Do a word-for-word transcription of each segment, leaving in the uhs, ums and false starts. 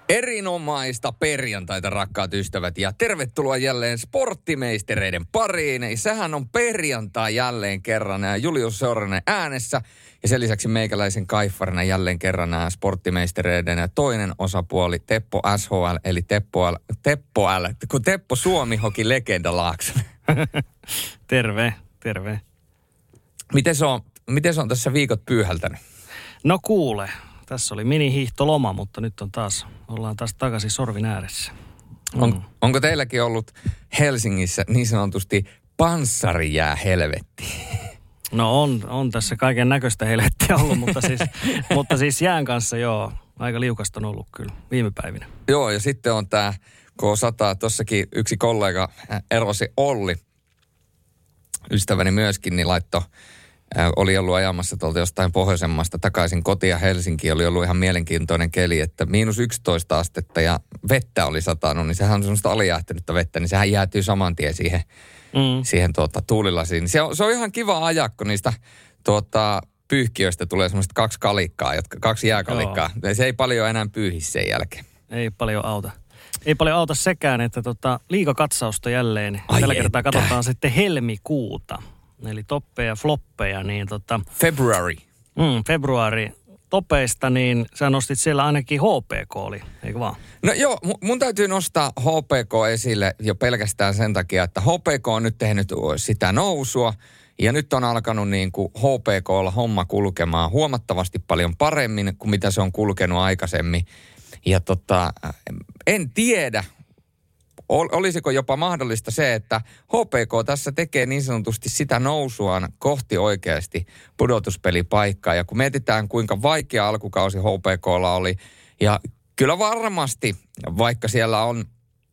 Erinomaista perjantaita, rakkaat ystävät, ja tervetuloa jälleen sporttimeistereiden pariin. Sehän on perjantai jälleen kerran, Julius Seuranen äänessä, ja sen lisäksi meikäläisen kaiffarina jälleen kerran sporttimeistereiden toinen osapuoli, Teppo S H L, eli Teppo L, Teppo L, kun Teppo Suomi-hoki legenda Laaksonen. Terve, terve. Miten se on, miten se on tässä viikot pyyhältänyt? No kuule. Tässä oli mini-hiihtoloma, mutta nyt on taas, ollaan taas takaisin sorvin ääressä. Mm. On, onko teilläkin ollut Helsingissä niin sanotusti panssarijää helvetti? No on, on tässä kaiken näköistä helvettiä ollut, mutta siis, mutta siis jään kanssa joo, aika liukasta on ollut kyllä viime päivinä. Joo, ja sitten on tämä K sata, tossakin yksi kollega erosi Olli, ystäväni myöskin, niin laittoi. Oli ollut ajamassa tuolta jostain pohjoisemmasta takaisin kotia Helsinkiin. Oli ollut ihan mielenkiintoinen keli, että miinus yksitoista astetta ja vettä oli satanut, niin sehän on semmoista alijäähtynyttä vettä, niin sehän jäätyy saman tien siihen, mm. siihen tuota, tuulilasiin. Se on, se on ihan kiva ajaa, kun niistä tuota, pyyhkiöistä tulee semmoista kaksi kalikkaa, jotka, kaksi jääkalikkaa. Joo. Se ei paljon enää pyyhi sen jälkeen. Ei paljon auta. Ei paljon auta sekään, että tota, liigakatsausta jälleen. Ai Tällä että. kertaa katsotaan sitten helmikuuta. Eli toppeja ja floppeja, niin tota... February. Mm, februari topeista, niin sä nostit siellä ainakin H P K oli, eikö vaan? No joo, mun täytyy nostaa H P K esille jo pelkästään sen takia, että H P K on nyt tehnyt sitä nousua, ja nyt on alkanut niin kuin H P K:lla homma kulkemaan huomattavasti paljon paremmin kuin mitä se on kulkenut aikaisemmin. Ja tota, en tiedä, olisiko jopa mahdollista se, että H P K tässä tekee niin sanotusti sitä nousuaan kohti oikeasti pudotuspelipaikkaa. Ja kun mietitään, kuinka vaikea alkukausi H P K:lla oli, ja kyllä varmasti, vaikka siellä on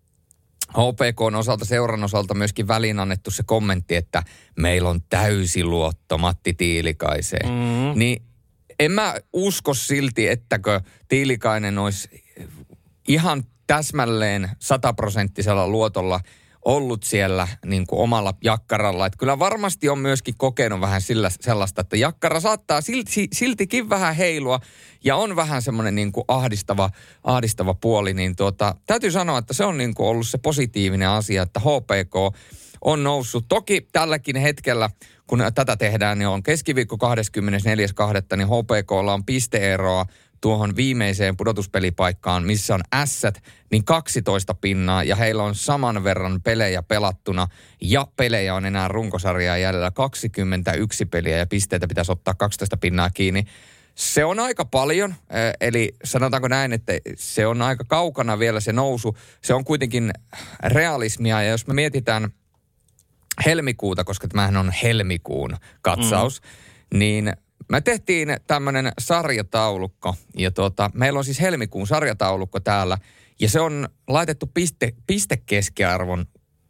H P K:n osalta, seuran osalta myöskin väliin annettu se kommentti, että meillä on täysi luotto Matti Tiilikaiseen, mm. niin en mä usko silti, ettäkö Tiilikainen olisi ihan täsmälleen sataprosenttisella luotolla ollut siellä niin kuin omalla jakkaralla. Että kyllä varmasti on myöskin kokenut vähän sillä, sellaista, että jakkara saattaa silti, siltikin vähän heilua ja on vähän semmoinen niin kuin ahdistava, ahdistava puoli. Niin tuota, täytyy sanoa, että se on niin kuin ollut se positiivinen asia, että H P K on noussut. Toki tälläkin hetkellä, kun tätä tehdään, niin on keskiviikko kahdeskymmenesneljäs toinen niin H P K:lla on pisteeroa tuohon viimeiseen pudotuspelipaikkaan, missä on ässät, niin kaksitoista pinnaa, ja heillä on saman verran pelejä pelattuna, ja pelejä on enää runkosarjaa jäljellä kaksikymmentäyksi peliä, ja pisteitä pitäisi ottaa kaksitoista pinnaa kiinni. Se on aika paljon, eli sanotaanko näin, että se on aika kaukana vielä se nousu. Se on kuitenkin realismia, ja jos me mietitään helmikuuta, koska tämähän on helmikuun katsaus, mm. niin me tehtiin tämmöinen sarjataulukko, ja tuota, meillä on siis helmikuun sarjataulukko täällä, ja se on laitettu piste, pistekeskiarvon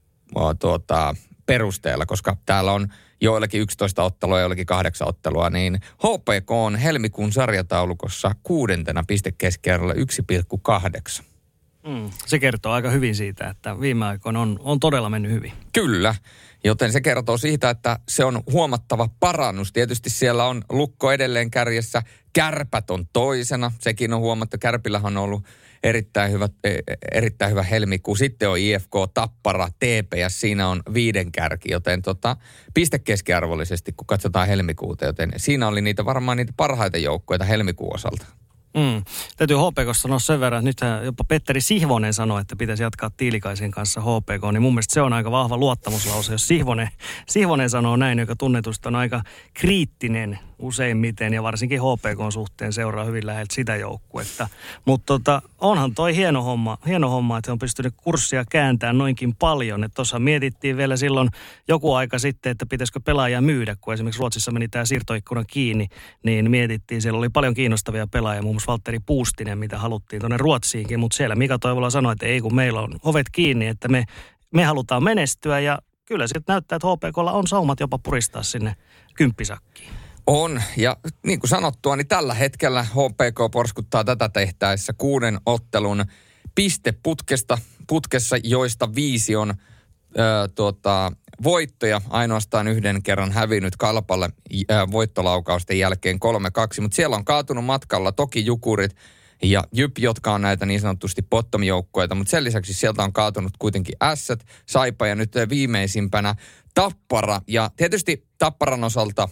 tuota, perusteella, koska täällä on joillakin yksitoista ottelua, joillakin kahdeksan ottelua, niin H P K on helmikuun sarjataulukossa kuudentena pistekeskiarvolla yksi pilkku kahdeksan. Mm, se kertoo aika hyvin siitä, että viime aikoina on, on todella mennyt hyvin. Kyllä, joten se kertoo siitä, että se on huomattava parannus. Tietysti siellä on Lukko edelleen kärjessä, Kärpät on toisena. Sekin on huomattu, Kärpillähän on ollut erittäin hyvä, erittäin hyvä helmikuu. Sitten on I F K, Tappara, T P S, siinä on viiden kärki, joten tota, pistekeskiarvollisesti, kun katsotaan helmikuuta, joten siinä oli niitä varmaan niitä parhaita joukkoja helmikuun osalta. Mm. Täytyy H P K:ssa sanoa sen verran, että nythän jopa Petteri Sihvonen sanoi, että pitäisi jatkaa Tiilikaisen kanssa H P K, niin mun mielestä se on aika vahva luottamuslause, jos Sihvonen, Sihvonen sanoo näin, joka tunnetusta on aika kriittinen useimmiten ja varsinkin H P K:n suhteen seuraa hyvin läheltä sitä joukkuetta. Mutta tota, onhan toi hieno homma, hieno homma, että he on pystynyt kurssia kääntämään noinkin paljon. Että tuossa mietittiin vielä silloin joku aika sitten, että pitäisikö pelaajia myydä, kun esimerkiksi Ruotsissa meni tämä siirtoikkuna kiinni, niin mietittiin, siellä oli paljon kiinnostavia pelaajia, muun muassa Valtteri Puustinen, mitä haluttiin tuonne Ruotsiinkin, mutta siellä Mika Toivola sanoi, että ei kun meillä on ovet kiinni, että me, me halutaan menestyä ja kyllä sieltä näyttää, että H P K:lla on saumat jopa puristaa sinne kymppisakkiin. On, ja niin kuin sanottua, niin tällä hetkellä H P K porskuttaa tätä tehtäessä kuuden ottelun pisteputkesta, putkessa, joista viisi on ö, tuota, voittoja. Ainoastaan yhden kerran hävinnyt Kalpalle ö, voittolaukausten jälkeen kolme kaksi, mutta siellä on kaatunut matkalla toki Jukurit ja Jyp, jotka on näitä niin sanotusti bottom-joukkoita, mutta sen lisäksi sieltä on kaatunut kuitenkin Ässät, Saipa ja nyt viimeisimpänä Tappara. Ja tietysti Tapparan osalta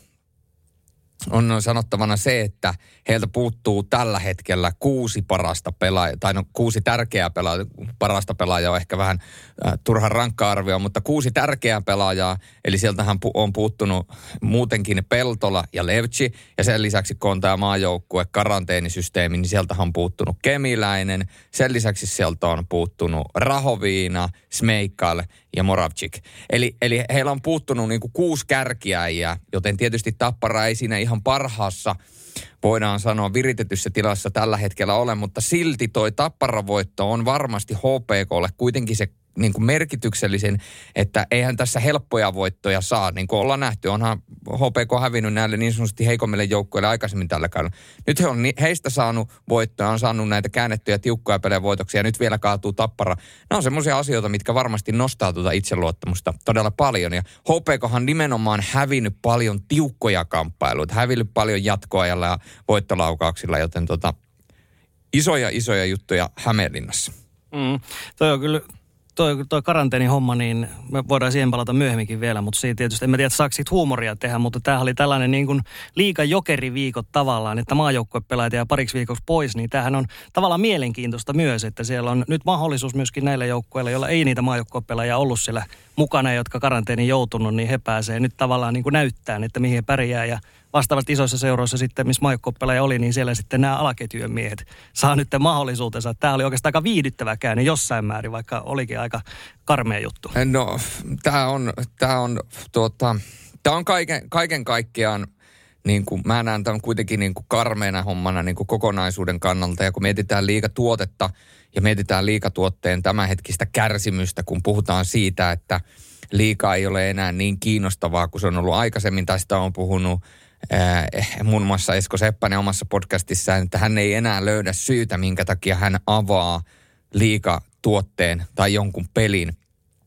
on sanottavana se, että heiltä puuttuu tällä hetkellä kuusi parasta pelaajaa, tai no kuusi tärkeää pelaajaa, parasta pelaajaa on ehkä vähän äh, turhan rankka arvio, mutta kuusi tärkeää pelaajaa, eli sieltähän pu- on puuttunut muutenkin Peltola ja Levci, ja sen lisäksi kun on tämä maajoukkue karanteenisysteemi, niin sieltähän on puuttunut Kemiläinen, sen lisäksi sieltä on puuttunut Rahoviina, Smeikal ja Moravcik. Eli, eli heillä on puuttunut niin kuin kuusi kärkiäjää, joten tietysti Tappara ei siinä ihan parhaassa, voidaan sanoa, viritetyssä tilassa tällä hetkellä ole, mutta silti toi Tappara-voitto on varmasti H P K:lle kuitenkin se niin kuin merkityksellisen, että eihän tässä helppoja voittoja saa. Niin kuin ollaan nähty, onhan H P K hävinnyt näille niin sanotusti heikommille joukkoille aikaisemmin tällä kaudella. Nyt he on heistä saanut voittoja, on saanut näitä käännettyjä tiukkoja pelejä voitoksia ja nyt vielä kaatuu Tappara. Nämä on semmoisia asioita, mitkä varmasti nostaa tuota itseluottamusta todella paljon. Ja H P K:han nimenomaan hävinnyt paljon tiukkoja kamppailuita, hävinnyt paljon jatkoajalla ja voittolaukauksilla, joten tota, isoja isoja juttuja Hämeenlinnassa. Mm, toi on kyllä... Toi, toi karanteenihomma, niin me voidaan siihen palata myöhemminkin vielä, mutta siitä tietysti, en mä tiedä, saako siitä huumoria tehdä, mutta tämähän oli tällainen niin kuin liigan jokeriviikot tavallaan, että maajoukkuepelaajat jää pariksi viikoksi pois, niin tämähän on tavallaan mielenkiintoista myös, että siellä on nyt mahdollisuus myöskin näillä joukkueilla, joilla ei niitä maajoukkuepelaajia ollut siellä mukana, jotka karanteeniin joutunut, niin he pääsee nyt tavallaan niin kuin näyttämään, että mihin he pärjää ja vastaavasti isoissa seuroissa sitten, missä maajoukkuepelaaja oli, niin siellä sitten nämä alaketjujen miehet saa nyt mahdollisuutensa. Tämä oli oikeastaan aika viihdyttävä käänne jossain määrin, vaikka olikin aika karmea juttu. No, tämä on, tämä on, tuota, tämä on kaiken, kaiken kaikkiaan, niin kuin, mä näen tämän kuitenkin niin kuin karmeena hommana niin kuin kokonaisuuden kannalta. Ja kun mietitään liigatuotetta ja mietitään liigatuotteen tämänhetkistä kärsimystä, kun puhutaan siitä, että liiga ei ole enää niin kiinnostavaa kuin se on ollut aikaisemmin. Tästä on puhunut Äh, muun muassa Esko Seppänen omassa podcastissaan, että hän ei enää löydä syytä, minkä takia hän avaa liigatuotteen tai jonkun pelin.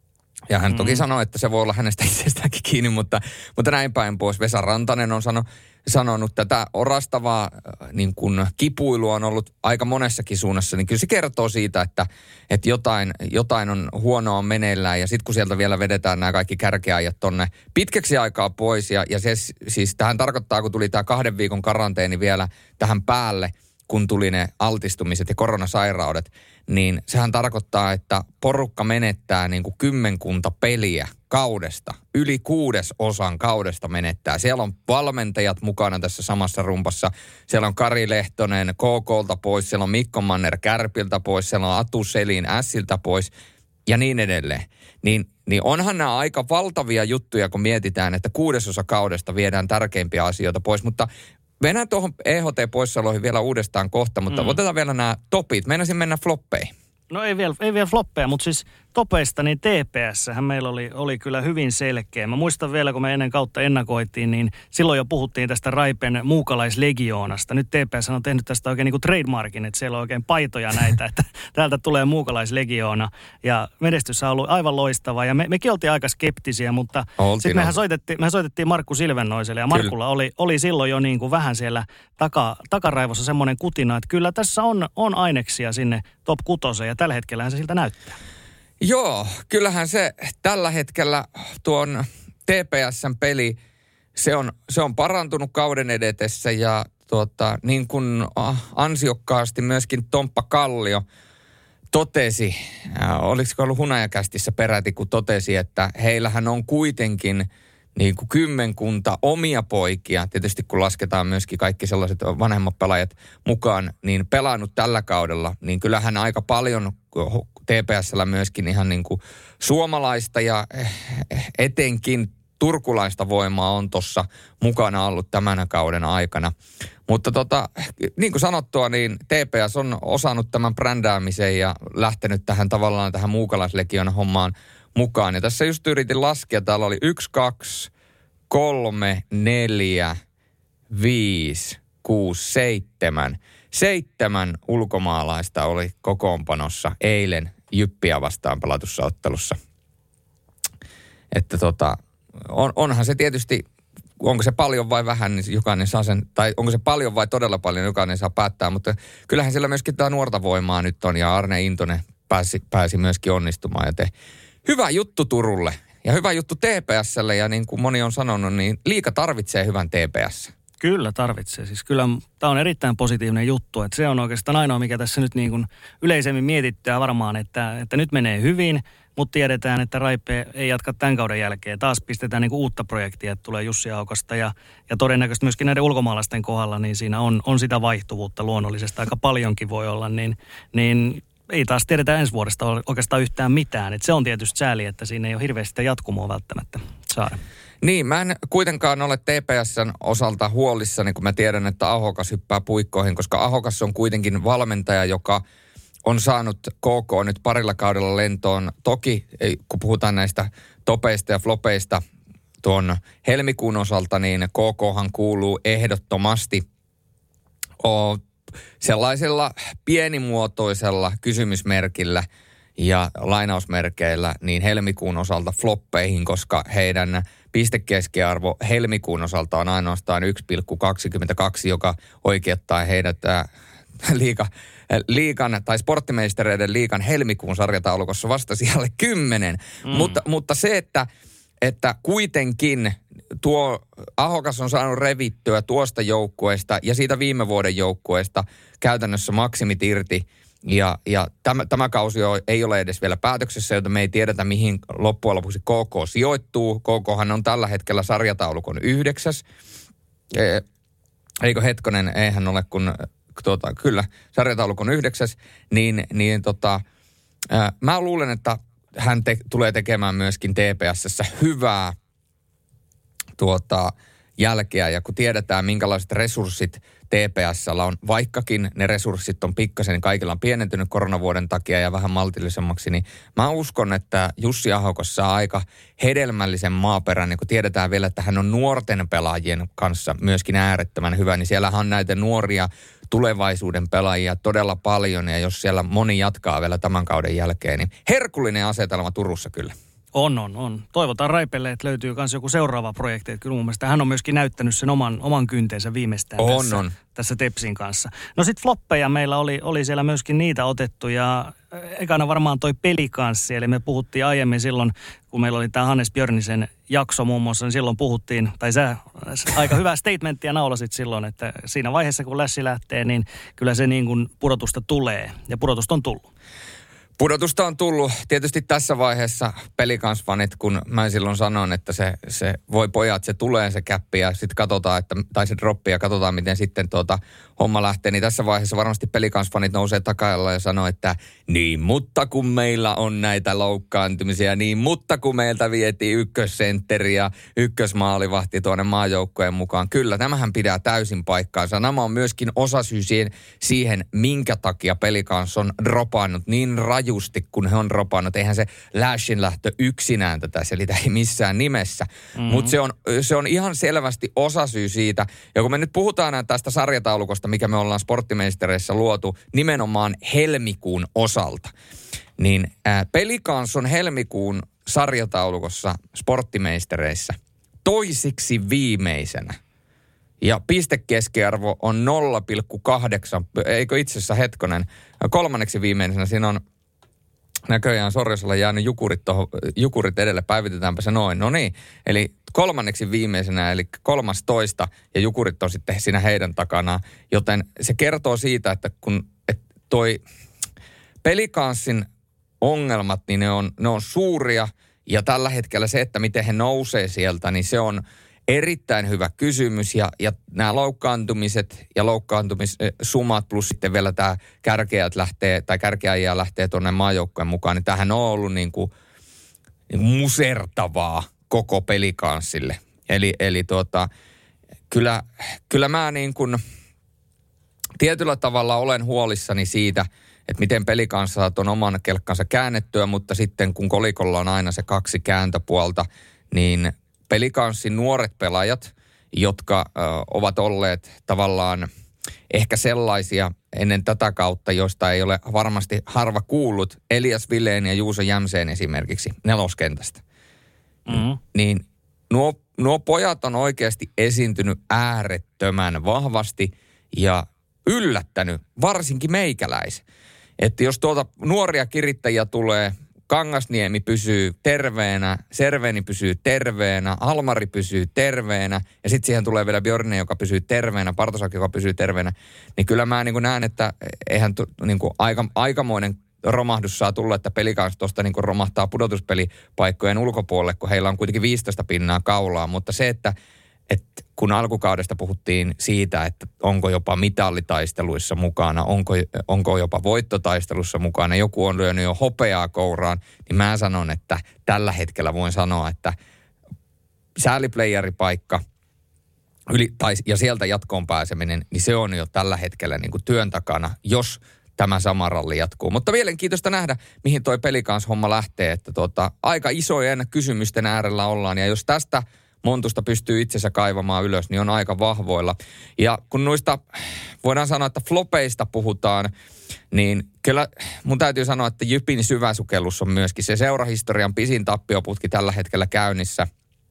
Ja hän mm. toki sanoi, että se voi olla hänestä itsestäänkin kiinni, mutta, mutta näin päin pois. Vesa Rantanen on sano, sanonut tätä orastavaa niin kuin kipuilua on ollut aika monessakin suunnassa, niin kyllä se kertoo siitä, että, että jotain, jotain on huonoa meneillään. Ja sitten kun sieltä vielä vedetään nämä kaikki kärkeajat tonne pitkäksi aikaa pois, ja, ja se siis tähän tarkoittaa, kun tuli tämä kahden viikon karanteeni vielä tähän päälle, kun tuli ne altistumiset ja koronasairaudet, niin sehän tarkoittaa, että porukka menettää niin kuin kymmenkunta peliä kaudesta. Yli kuudes osan kaudesta menettää. Siellä on valmentajat mukana tässä samassa rumpassa. Siellä on Kari Lehtonen K K:lta pois, siellä on Mikko Manner Kärpiltä pois, siellä on Atu Selin Ässiltä pois ja niin edelleen. Niin, niin onhan nämä aika valtavia juttuja, kun mietitään, että kuudesosa kaudesta viedään tärkeimpiä asioita pois, mutta mennään tuohon E H T-poissaoloihin vielä uudestaan kohta, mutta mm. otetaan vielä nämä topit. Meinasin mennä floppeihin. No ei vielä, ei vielä floppeja, mutta siis topeista, niin T P S:hän meillä oli, oli kyllä hyvin selkeä. Mä muistan vielä, kun me ennen kautta ennakoitiin, niin silloin jo puhuttiin tästä Raipen muukalaislegioonasta. Nyt T P S on tehnyt tästä oikein niin kuin trademarkin, että siellä on oikein paitoja näitä, että täältä tulee muukalaislegioona. Ja menestys on ollut aivan loistavaa ja me, mekin oltiin aika skeptisiä, mutta sitten mehän soitettiin, mehän soitettiin Markku Silvennoiselle ja Markulla oli, oli silloin jo niin kuin vähän siellä taka, takaraivossa semmoinen kutina, että kyllä tässä on, on aineksia sinne top kutoseen ja tällä hetkellähän se siltä näyttää. Joo, kyllähän se tällä hetkellä tuon T P S:n peli, se on, se on parantunut kauden edetessä ja tuota, niin kuin ansiokkaasti myöskin Tomppa Kallio totesi, äh, oliko ollut Hunajakästissä peräti, kun totesi, että heillähän on kuitenkin niin kuin kymmenkunta omia poikia, tietysti kun lasketaan myöskin kaikki sellaiset vanhemmat pelaajat mukaan, niin pelannut tällä kaudella, niin kyllähän aika paljon T P S:llä myöskin ihan niin kuin suomalaista ja etenkin turkulaista voimaa on tuossa mukana ollut tämän kauden aikana. Mutta tota, niin kuin sanottua, niin T P S on osannut tämän brändäämisen ja lähtenyt tähän tavallaan tähän muukalaislegion hommaan mukaan. Ja tässä just yritin laskea, täällä oli yksi, kaksi, kolme, neljä, viisi, kuusi, seitsemän. Seitsemän ulkomaalaista oli kokoonpanossa eilen Jyppiä vastaan pelatussa ottelussa. Että tota, on, onhan se tietysti onko se paljon vai vähän, niin jokainen saa sen, tai onko se paljon vai todella paljon, jokainen saa päättää, mutta kyllähän siellä myöskin tämä nuorta voimaa nyt on, ja Arne Intonen pääsi, pääsi myöskin onnistumaan, ja te, hyvä juttu Turulle, ja hyvä juttu T P S:lle, ja niin kuin moni on sanonut, niin liiga tarvitsee hyvän T P S. Kyllä tarvitsee. Siis kyllä tämä on erittäin positiivinen juttu, että se on oikeastaan ainoa, mikä tässä nyt niin kuin yleisemmin mietittää varmaan, että, että nyt menee hyvin, mutta tiedetään, että Raipe ei jatka tämän kauden jälkeen. Taas pistetään niin kuin uutta projektia, että tulee Jussi Aukasta ja, ja todennäköisesti myöskin näiden ulkomaalaisten kohdalla, niin siinä on, on sitä vaihtuvuutta luonnollisesti. Aika paljonkin voi olla, niin, niin ei taas tiedetä ensi vuodesta oikeastaan yhtään mitään. Et se on tietysti sääli, että siinä ei ole hirveästi sitä jatkumoa välttämättä saada. Niin, mä en kuitenkaan ole T P S:n osalta huolissani, kun mä tiedän, että Ahokas hyppää puikkoihin, koska Ahokas on kuitenkin valmentaja, joka on saanut K K nyt parilla kaudella lentoon. Toki, kun puhutaan näistä topeista ja flopeista tuon helmikuun osalta, niin K K:han kuuluu ehdottomasti o, sellaisella pienimuotoisella kysymysmerkillä ja lainausmerkeillä niin helmikuun osalta floppeihin, koska heidän pistekeskiarvo helmikuun osalta on ainoastaan yksi pilkku kaksikymmentäkaksi, joka oikeuttaa heidät äh, liiga, äh, liigan tai sporttimeistereiden liigan helmikuun sarjataulukossa vasta siellä kymmenen. Mm. Mutta, mutta se, että, että kuitenkin tuo Ahokas on saanut revittyä tuosta joukkueesta ja siitä viime vuoden joukkueesta käytännössä maksimit irti. Ja, ja tämä, tämä kausi ei ole edes vielä päätöksessä, joten me ei tiedetä, mihin loppujen lopuksi K K sijoittuu. K K:han on tällä hetkellä sarjataulukon yhdeksäs. E, eikö hetkonen, eihän ole kun, tuota, kyllä, sarjataulukon yhdeksäs. Niin, niin tota, ää, mä luulen, että hän te, tulee tekemään myöskin T P S:ssä hyvää tuota, jälkeä. Ja kun tiedetään, minkälaiset resurssit T P S:llä on, vaikkakin ne resurssit on pikkasen, niin kaikilla on pienentynyt koronavuoden takia ja vähän maltillisemmaksi, niin mä uskon, että Jussi Ahokas saa aika hedelmällisen maaperän, niin kun tiedetään vielä, että hän on nuorten pelaajien kanssa myöskin äärettömän hyvä, niin siellähän on näitä nuoria tulevaisuuden pelaajia todella paljon, ja jos siellä moni jatkaa vielä tämän kauden jälkeen, niin herkullinen asetelma Turussa kyllä. On, on, on. Toivotaan Raipelle, että löytyy myös joku seuraava projekti. Että kyllä mun mielestä hän on myöskin näyttänyt sen oman, oman kynteensä viimeistään on, tässä, on. tässä Tepsin kanssa. No sit floppeja meillä oli, oli siellä myöskin niitä otettu ja ekana varmaan toi pelikanssi. Eli me puhuttiin aiemmin silloin, kun meillä oli tämä Hannes Björnisen jakso muun muassa, niin silloin puhuttiin, tai sä aika hyvää statementtia naulasit silloin, että siinä vaiheessa kun lässi lähtee, niin kyllä se niin kuin pudotusta tulee ja pudotusta on tullut. Pudotusta on tullut tietysti tässä vaiheessa Pelicans-fanit, kun mä silloin sanoin, että se, se voi pojat, se tulee se käppi ja sitten katsotaan, että, tai se droppi ja katsotaan, miten sitten tuota homma lähtee. Niin tässä vaiheessa varmasti Pelicans-fanit nousee takajalla ja sanoo, että niin, mutta kun meillä on näitä loukkaantumisia, niin, mutta kun meiltä vietiin ykkössentteri ja ykkösmaalivahti tuonne maajoukkojen mukaan. Kyllä, tämähän pidää täysin paikkaansa. Nämä on myöskin osasyy siihen, siihen, minkä takia Pelicans on dropannut niin raju. Justi, kun he on dropannut. Eihän se Lashin lähtö yksinään tätä selitä, ei missään nimessä. Mm-hmm. Mutta se on, se on ihan selvästi osasyy siitä. Ja kun me nyt puhutaan tästä sarjataulukosta, mikä me ollaan sporttimeistereissä luotu nimenomaan helmikuun osalta, niin ää, Pelicans on helmikuun sarjataulukossa sporttimeistereissä toisiksi viimeisenä. Ja pistekeskiarvo on nolla pilkku kahdeksan, eikö itse asiassa hetkonen, kolmanneksi viimeisenä siinä on näköjään Sorjosella jäänyt jukurit, toho, jukurit edelle, päivitetäänpä se noin. No niin, eli kolmanneksi viimeisenä, eli kolmas toista, ja jukurit on sitten siinä heidän takanaan. Joten se kertoo siitä, että kun et toi Pelicansin ongelmat, niin ne on, ne on suuria, ja tällä hetkellä se, että miten he nousee sieltä, niin se on erittäin hyvä kysymys, ja, ja nämä loukkaantumiset ja loukkaantumissummat plus sitten vielä tämä kärkeät lähtee, tai kärkeäjiä lähtee tuonne maajoukkojen mukaan, niin tämähän on ollut niin kuin, niin kuin musertavaa koko Pelicansille. Eli, eli tuota, kyllä, kyllä mä niin kuin tietyllä tavalla olen huolissani siitä, että miten Pelicans saa tuon oman kelkkansa käännettyä, mutta sitten kun kolikolla on aina se kaksi kääntöpuolta, niin Pelicansin nuoret pelaajat, jotka ö, ovat olleet tavallaan ehkä sellaisia ennen tätä kautta, joista ei ole varmasti harva kuullut, Elias Villeen ja Juuso Jämseen esimerkiksi neloskentästä. Mm-hmm. Niin nuo nuo pojat on oikeasti esiintynyt äärettömän vahvasti ja yllättänyt, varsinkin meikäläis. Että jos tuolta nuoria kirittäjiä tulee, Kangasniemi pysyy terveenä, Serveni pysyy terveenä, Almari pysyy terveenä ja sitten siihen tulee vielä Björne, joka pysyy terveenä, Partosak, joka pysyy terveenä, niin kyllä mä niin kuin näen, että eihän tu, niin kuin aika, aikamoinen romahdus saa tulla, että Pelikans tuosta niin kuin romahtaa pudotuspelipaikkojen ulkopuolelle, kun heillä on kuitenkin viisitoista pinnaa kaulaa, mutta se, että että kun alkukaudesta puhuttiin siitä, että onko jopa mitallitaisteluissa mukana, onko, onko jopa voittotaistelussa mukana, joku on lyönyt jo hopeaa kouraan, niin mä sanon, että tällä hetkellä voin sanoa, että sääliplayeripaikka yli, tai, ja sieltä jatkoon pääseminen, niin se on jo tällä hetkellä niin kuin työn takana, jos tämä sama ralli jatkuu. Mutta mielenkiintoista nähdä, mihin toi Pelikans-homma lähtee, että tuota, aika isojen kysymysten äärellä ollaan, ja jos tästä Montusta pystyy itsensä kaivamaan ylös, niin on aika vahvoilla. Ja kun noista, voidaan sanoa, että flopeista puhutaan, niin kyllä mun täytyy sanoa, että Jypin syväsukellus on myöskin se seurahistorian pisin tappioputki tällä hetkellä käynnissä.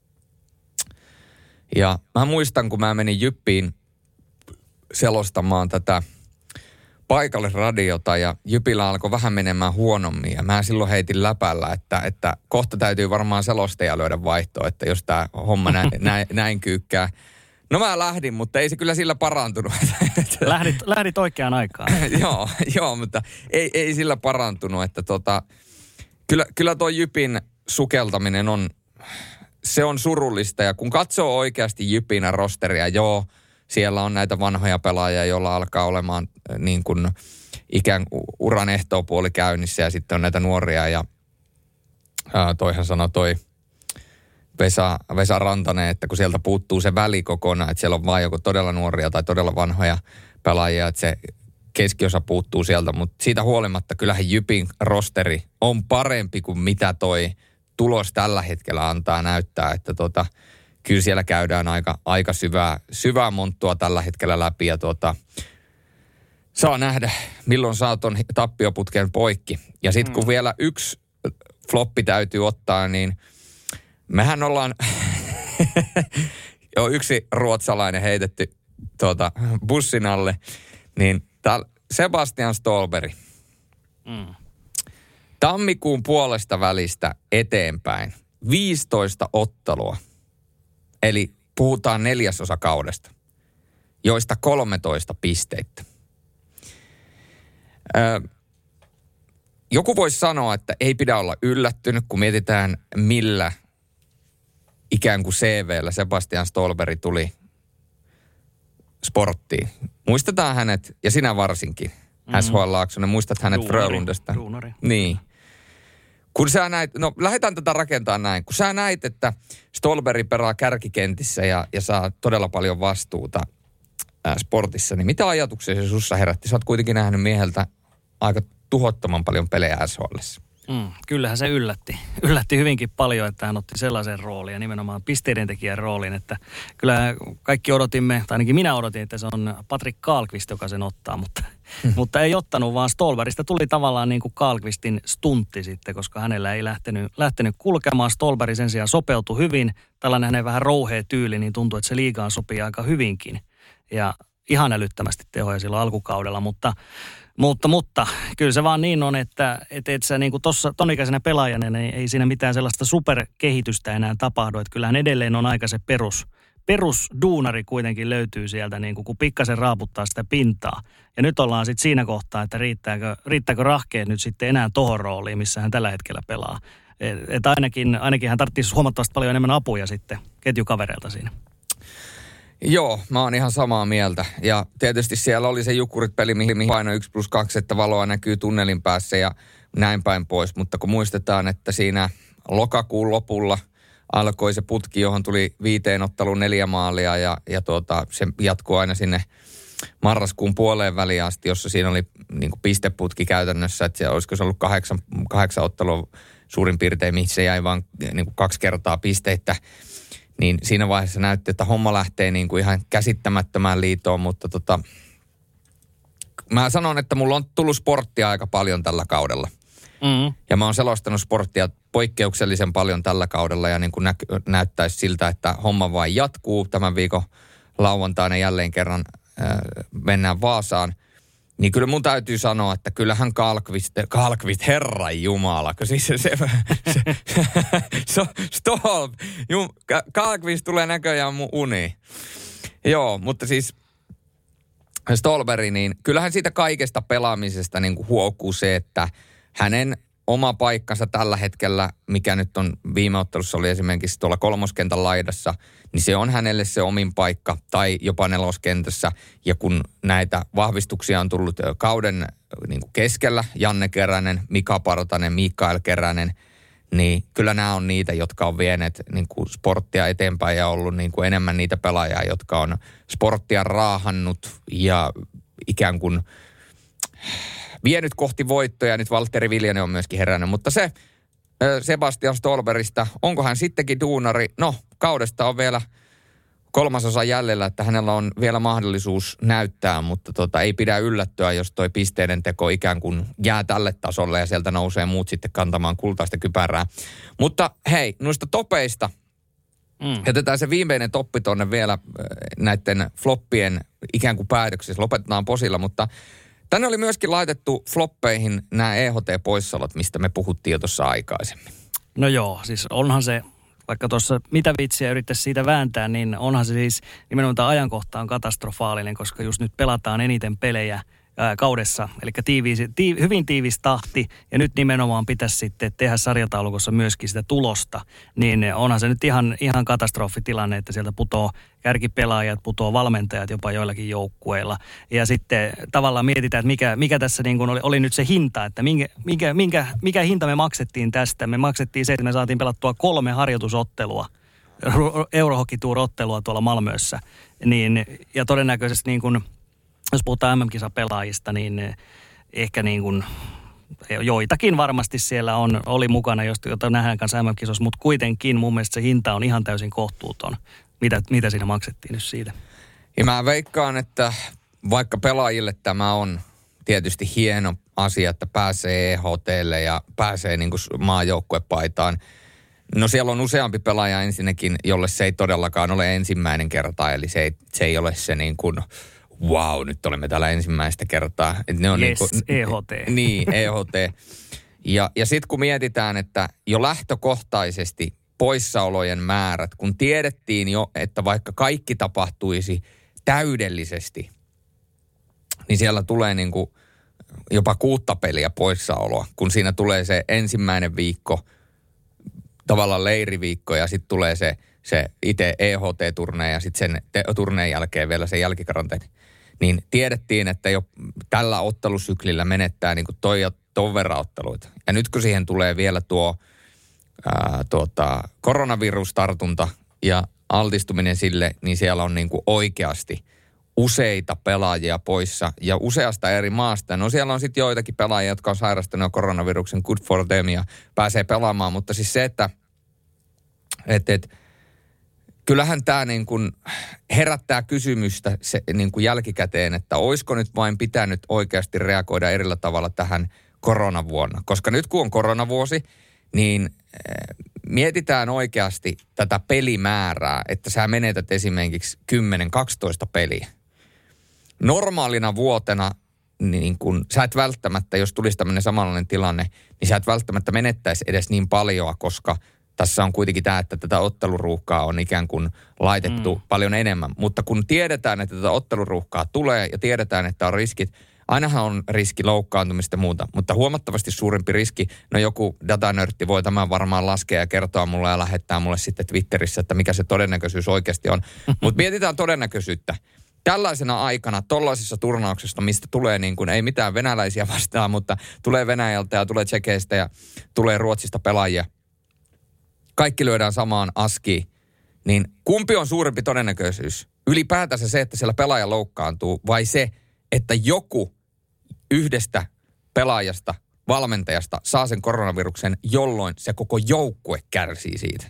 Ja mä muistan, kun mä menin Jyppiin selostamaan tätä paikalle radiota ja Jypillä alkoi vähän menemään huonommin ja mä silloin heitin läpällä, että, että kohta täytyy varmaan selostaja löydä vaihtoa, että jos tämä homma näin, näin, näin kyykkää. No mä lähdin, mutta ei se kyllä sillä parantunut. Lähdit, lähdit oikeaan aikaan. joo, joo, mutta ei, ei sillä parantunut, että tota, kyllä, kyllä tuo Jypin sukeltaminen on, se on surullista ja kun katsoo oikeasti Jypin rosteria, joo, siellä on näitä vanhoja pelaajia, joilla alkaa olemaan niin kuin ikään uran ehtoopuoli käynnissä ja sitten on näitä nuoria ja ää, toihan sanoi toi Vesa, Vesa Rantanen, että kun sieltä puuttuu se väli kokonaan, että siellä on vain joko todella nuoria tai todella vanhoja pelaajia, että se keskiosa puuttuu sieltä, mutta siitä huolimatta kyllähän Jypin rosteri on parempi kuin mitä toi tulos tällä hetkellä antaa näyttää, että tota kyllä siellä käydään aika, aika syvää, syvää monttua tällä hetkellä läpi ja tuota, saa nähdä, milloin saa ton tappioputken poikki. Ja sitten kun mm. vielä yksi floppi täytyy ottaa, niin mehän ollaan jo yksi ruotsalainen heitetty tuota, bussin alle, niin täällä Sebastian Ståhlberg. Mm. Tammikuun puolesta välistä eteenpäin viisitoista ottelua. Eli puhutaan neljäsosa kaudesta, joista kolmetoista pisteitä. Öö, joku voisi sanoa, että ei pidä olla yllättynyt, kun mietitään millä ikään kuin C V:llä Sebastian Ståhlberg tuli Sporttiin. Muistetaan hänet, ja sinä varsinkin, mm-hmm. S H L Laaksonen, muistat hänet Duunari, Frölundesta. Duunari. Niin. Kun sä näit, no lähdetään tätä rakentamaan näin, kun sä näit, että Ståhlberg pelaa kärkikentissä ja, ja saa todella paljon vastuuta ää, Sportissa, niin mitä ajatuksia se sussa herätti? Sä oot kuitenkin nähnyt mieheltä aika tuhottoman paljon pelejä S H L:ssä. Mm, kyllähän se yllätti. Yllätti hyvinkin paljon, että hän otti sellaisen roolin ja nimenomaan pisteiden tekijän roolin, että kyllä kaikki odotimme, tai ainakin minä odotin, että se on Patrik Karlqvist, joka sen ottaa, mutta, hmm. mutta ei ottanut, vaan Ståhlbergista tuli tavallaan niin kuin Karlqvistin stuntti sitten, koska hänellä ei lähtenyt, lähtenyt kulkemaan. Ståhlberg sen sijaan sopeutui hyvin, tällainen hänen vähän rouhea tyyli, niin tuntuu, että se liigaan sopii aika hyvinkin ja ihan älyttömästi tehoja silloin alkukaudella, mutta Mutta, mutta kyllä se vaan niin on, että et, et sä niin kuin tossa ton ikäisenä pelaajana, niin ei siinä mitään sellaista superkehitystä enää tapahdu. Että kyllähän edelleen on aika se perus, perusduunari kuitenkin löytyy sieltä, niin kuin, kun pikkasen raaputtaa sitä pintaa. Ja nyt ollaan sitten siinä kohtaa, että riittääkö, riittääkö rahkeet nyt sitten enää tohon rooliin, missä hän tällä hetkellä pelaa. Että ainakin, ainakin hän tarvitsisi huomattavasti paljon enemmän apuja sitten ketjukavereilta siinä. Joo, mä oon ihan samaa mieltä. Ja tietysti siellä oli se Jukurit-peli, mihin paino yksi plus kaksi, että valoa näkyy tunnelin päässä ja näin päin pois. Mutta kun muistetaan, että siinä lokakuun lopulla alkoi se putki, johon tuli viiteen otteluun neljä maalia ja, ja tuota, se jatkuu aina sinne marraskuun puoleen väliin asti, jossa siinä oli niin kuin pisteputki käytännössä, että se, olisiko se ollut kahdeksan, kahdeksan ottelua suurin piirtein, mihin se jäi vaan niin kuin kaksi kertaa pisteitä. Niin siinä vaiheessa näytti, että homma lähtee niin kuin ihan käsittämättömään liitoon, mutta tota, mä sanon, että mulla on tullut sporttia aika paljon tällä kaudella. Mm-hmm. Ja mä oon selostanut sporttia poikkeuksellisen paljon tällä kaudella ja niin kuin nä- näyttäisi siltä, että homma vain jatkuu. Tämän viikon lauantaina jälleen kerran äh, mennään Vaasaan. Niin kyllä mun täytyy sanoa, että kyllähän Karlqvist, Karlqvist herran jumala, kun siis se, se, se, se stop, jum, Karlqvist tulee näköjään mun uniin. Joo, mutta siis Ståhlberg, niin kyllähän siitä kaikesta pelaamisesta niin kuin huokuu se, että hänen oma paikkansa tällä hetkellä, mikä nyt on viime ottelussa oli esimerkiksi tuolla kolmoskentän laidassa, niin se on hänelle se omin paikka tai jopa neloskentässä. Ja kun näitä vahvistuksia on tullut kauden niin kuin keskellä, Janne Keränen, Mika Partanen, Mikael Keränen, niin kyllä nämä on niitä, jotka on vieneet niin kuin sporttia eteenpäin ja ollut niin kuin enemmän niitä pelaajia, jotka on sporttia raahannut ja ikään kuin vienyt kohti voittoja. Nyt Valtteri Viljanen on myöskin herännyt, mutta se Sebastian Ståhlbergistä, onko hän sittenkin duunari? No, kaudesta on vielä kolmasosa jäljellä, että hänellä on vielä mahdollisuus näyttää, mutta tota, ei pidä yllättyä, jos toi pisteiden teko ikään kuin jää tälle tasolle ja sieltä nousee muut sitten kantamaan kultaista kypärää. Mutta hei, noista topeista, mm. jätetään se viimeinen toppi tonne vielä näiden floppien ikään kuin päätöksessä. Lopetetaan posilla, mutta tänne oli myöskin laitettu floppeihin nämä E H T-poissaolot, mistä me puhuttiin jo tuossa aikaisemmin. No joo, siis onhan se, vaikka tuossa mitä vitsiä yrittäisi siitä vääntää, niin onhan se siis nimenomaan tämä ajankohta on katastrofaalinen, koska just nyt pelataan eniten pelejä ää, kaudessa, eli tiiviisi, tii, hyvin tiivis tahti, ja nyt nimenomaan pitäisi sitten tehdä sarjataulukossa myöskin sitä tulosta, niin onhan se nyt ihan, ihan katastrofitilanne, että sieltä putoo kärkipelaajat, putoo valmentajat jopa joillakin joukkueilla, ja sitten tavallaan mietitään, että mikä, mikä tässä niin kuin oli, oli nyt se hinta, että minkä, minkä, minkä, mikä hinta me maksettiin tästä. Me maksettiin se, että me saatiin pelattua kolme harjoitusottelua, Eurohockey-tour-ottelua tuolla Malmössä, niin, ja todennäköisesti niin kuin jos puhutaan M M-kisapelaajista, niin ehkä niin kuin joitakin varmasti siellä on, oli mukana, jota nähdään kanssa M M-kisossa, mutta kuitenkin mun mielestä se hinta on ihan täysin kohtuuton. Mitä, mitä siinä maksettiin nyt siitä? Ja mä veikkaan, että vaikka pelaajille tämä on tietysti hieno asia, että pääsee E H T:lle ja pääsee niin kuin maajoukkuepaitaan. No siellä on useampi pelaaja ensinnäkin, jolle se ei todellakaan ole ensimmäinen kerta, eli se ei, se ei ole se niin kuin wow, nyt olemme täällä ensimmäistä kertaa. Et ne on yes, niin kuin, E H T. Niin, E H T. Ja, ja sitten kun mietitään, että jo lähtökohtaisesti poissaolojen määrät, kun tiedettiin jo, että vaikka kaikki tapahtuisi täydellisesti, niin siellä tulee niin kuin jopa kuutta peliä poissaoloa, kun siinä tulee se ensimmäinen viikko, tavallaan leiriviikko, ja sitten tulee se, se itse E H T-turneen ja sitten sen te- turneen jälkeen vielä se jälkikaranteeni. Niin tiedettiin, että jo tällä ottelusyklillä menettää niin kuin toi ja ton verran otteluita. Ja nyt kun siihen tulee vielä tuo ää, tuota, koronavirustartunta ja altistuminen sille, niin siellä on niin kuin oikeasti useita pelaajia poissa ja useasta eri maasta. No siellä on sitten joitakin pelaajia, jotka on sairastanut koronaviruksen, good for them, ja pääsee pelaamaan. Mutta siis se, että et, et, kyllähän tämä niin kuin herättää kysymystä se, niin kuin jälkikäteen, että olisiko nyt vain pitänyt oikeasti reagoida erillä tavalla tähän koronavuonna. Koska nyt kun on koronavuosi, niin mietitään oikeasti tätä pelimäärää, että sä menetät esimerkiksi kymmenen kaksitoista peliä. Normaalina vuotena, niin kun sä et välttämättä, jos tulisi tämmöinen samanlainen tilanne, niin sä et välttämättä menettäisi edes niin paljoa, koska tässä on kuitenkin tämä, että tätä otteluruuhkaa on ikään kuin laitettu mm. paljon enemmän. Mutta kun tiedetään, että tätä otteluruuhkaa tulee ja tiedetään, että on riskit, ainahan on riski loukkaantumista ja muuta, mutta huomattavasti suurempi riski. No joku datanörtti voi tämän varmaan laskea ja kertoa mulle ja lähettää mulle sitten Twitterissä, että mikä se todennäköisyys oikeasti on. Mutta mietitään todennäköisyyttä. Tällaisena aikana, tollaisessa turnauksessa, mistä tulee niin kuin, ei mitään venäläisiä vastaan, mutta tulee Venäjältä ja tulee Tsekeistä ja tulee Ruotsista pelaajia. Kaikki lyödään samaan askiin. Niin kumpi on suurempi todennäköisyys? Ylipäätänsä se, että siellä pelaaja loukkaantuu, vai se, että joku yhdestä pelaajasta, valmentajasta saa sen koronaviruksen, jolloin se koko joukkue kärsii siitä.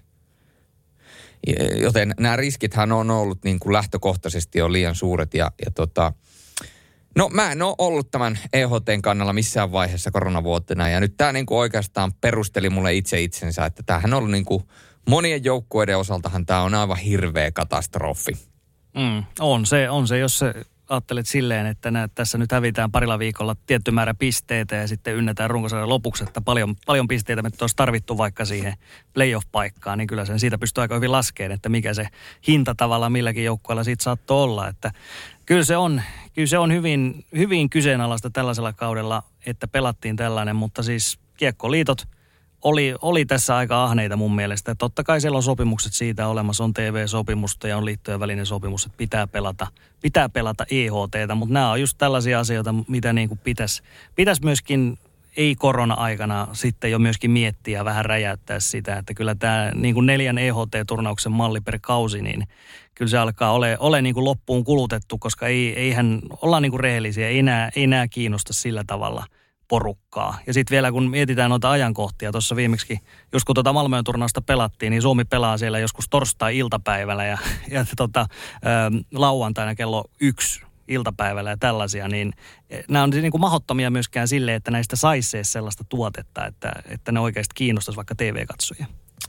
Joten nämä riskithän on ollut niin kuin lähtökohtaisesti jo liian suuret ja, ja tota, No mä en ole ollut tämän E H T:n kannalla missään vaiheessa koronavuotena ja nyt tämä niinku oikeastaan perusteli mulle itse itsensä, että tämähän on ollut niinku monien joukkueiden osaltahan tämä on aivan hirveä katastrofi. Mm, on se, on se, jos se ajattelet silleen, että näet, tässä nyt hävitään parilla viikolla tietty määrä pisteitä ja sitten ynnätään runkosarjan lopuksi, että paljon, paljon pisteitä me olisi tarvittu vaikka siihen playoff-paikkaan, niin kyllä sen siitä pystyy aika hyvin laskemaan, että mikä se hinta tavallaan milläkin joukkueella siitä saattoi olla, että kyllä se on, kyllä se on hyvin, hyvin kyseenalaista tällaisella kaudella, että pelattiin tällainen, mutta siis kiekkoliitot Oli, oli tässä aika ahneita mun mielestä. Totta kai siellä on sopimukset siitä olemassa, on T V-sopimusta ja on liittojen välinen sopimus, että pitää pelata, pitää pelata E H T:tä, mutta nämä on just tällaisia asioita, mitä niin kuin pitäisi, pitäisi myöskin ei-korona-aikana sitten jo myöskin miettiä ja vähän räjäyttää sitä, että kyllä tämä niin kuin neljän E H T-turnauksen malli per kausi, niin kyllä se alkaa ole, ole niin kuin loppuun kulutettu, koska ei, eihän olla niin kuin rehellisiä, ei enää, ei enää kiinnosta sillä tavalla porukkaa. Ja sitten vielä kun mietitään noita ajankohtia, tuossa viimeksi, jos kun tuota Malmön turnausta pelattiin, niin Suomi pelaa siellä joskus torstai-iltapäivällä ja, ja tota, ä, lauantaina kello yksi iltapäivällä ja tällaisia, niin nämä on niin kuin mahdottomia myöskään sille, että näistä saisi sellaista tuotetta, että, että ne oikeasti kiinnostaisi vaikka T V-katsojia.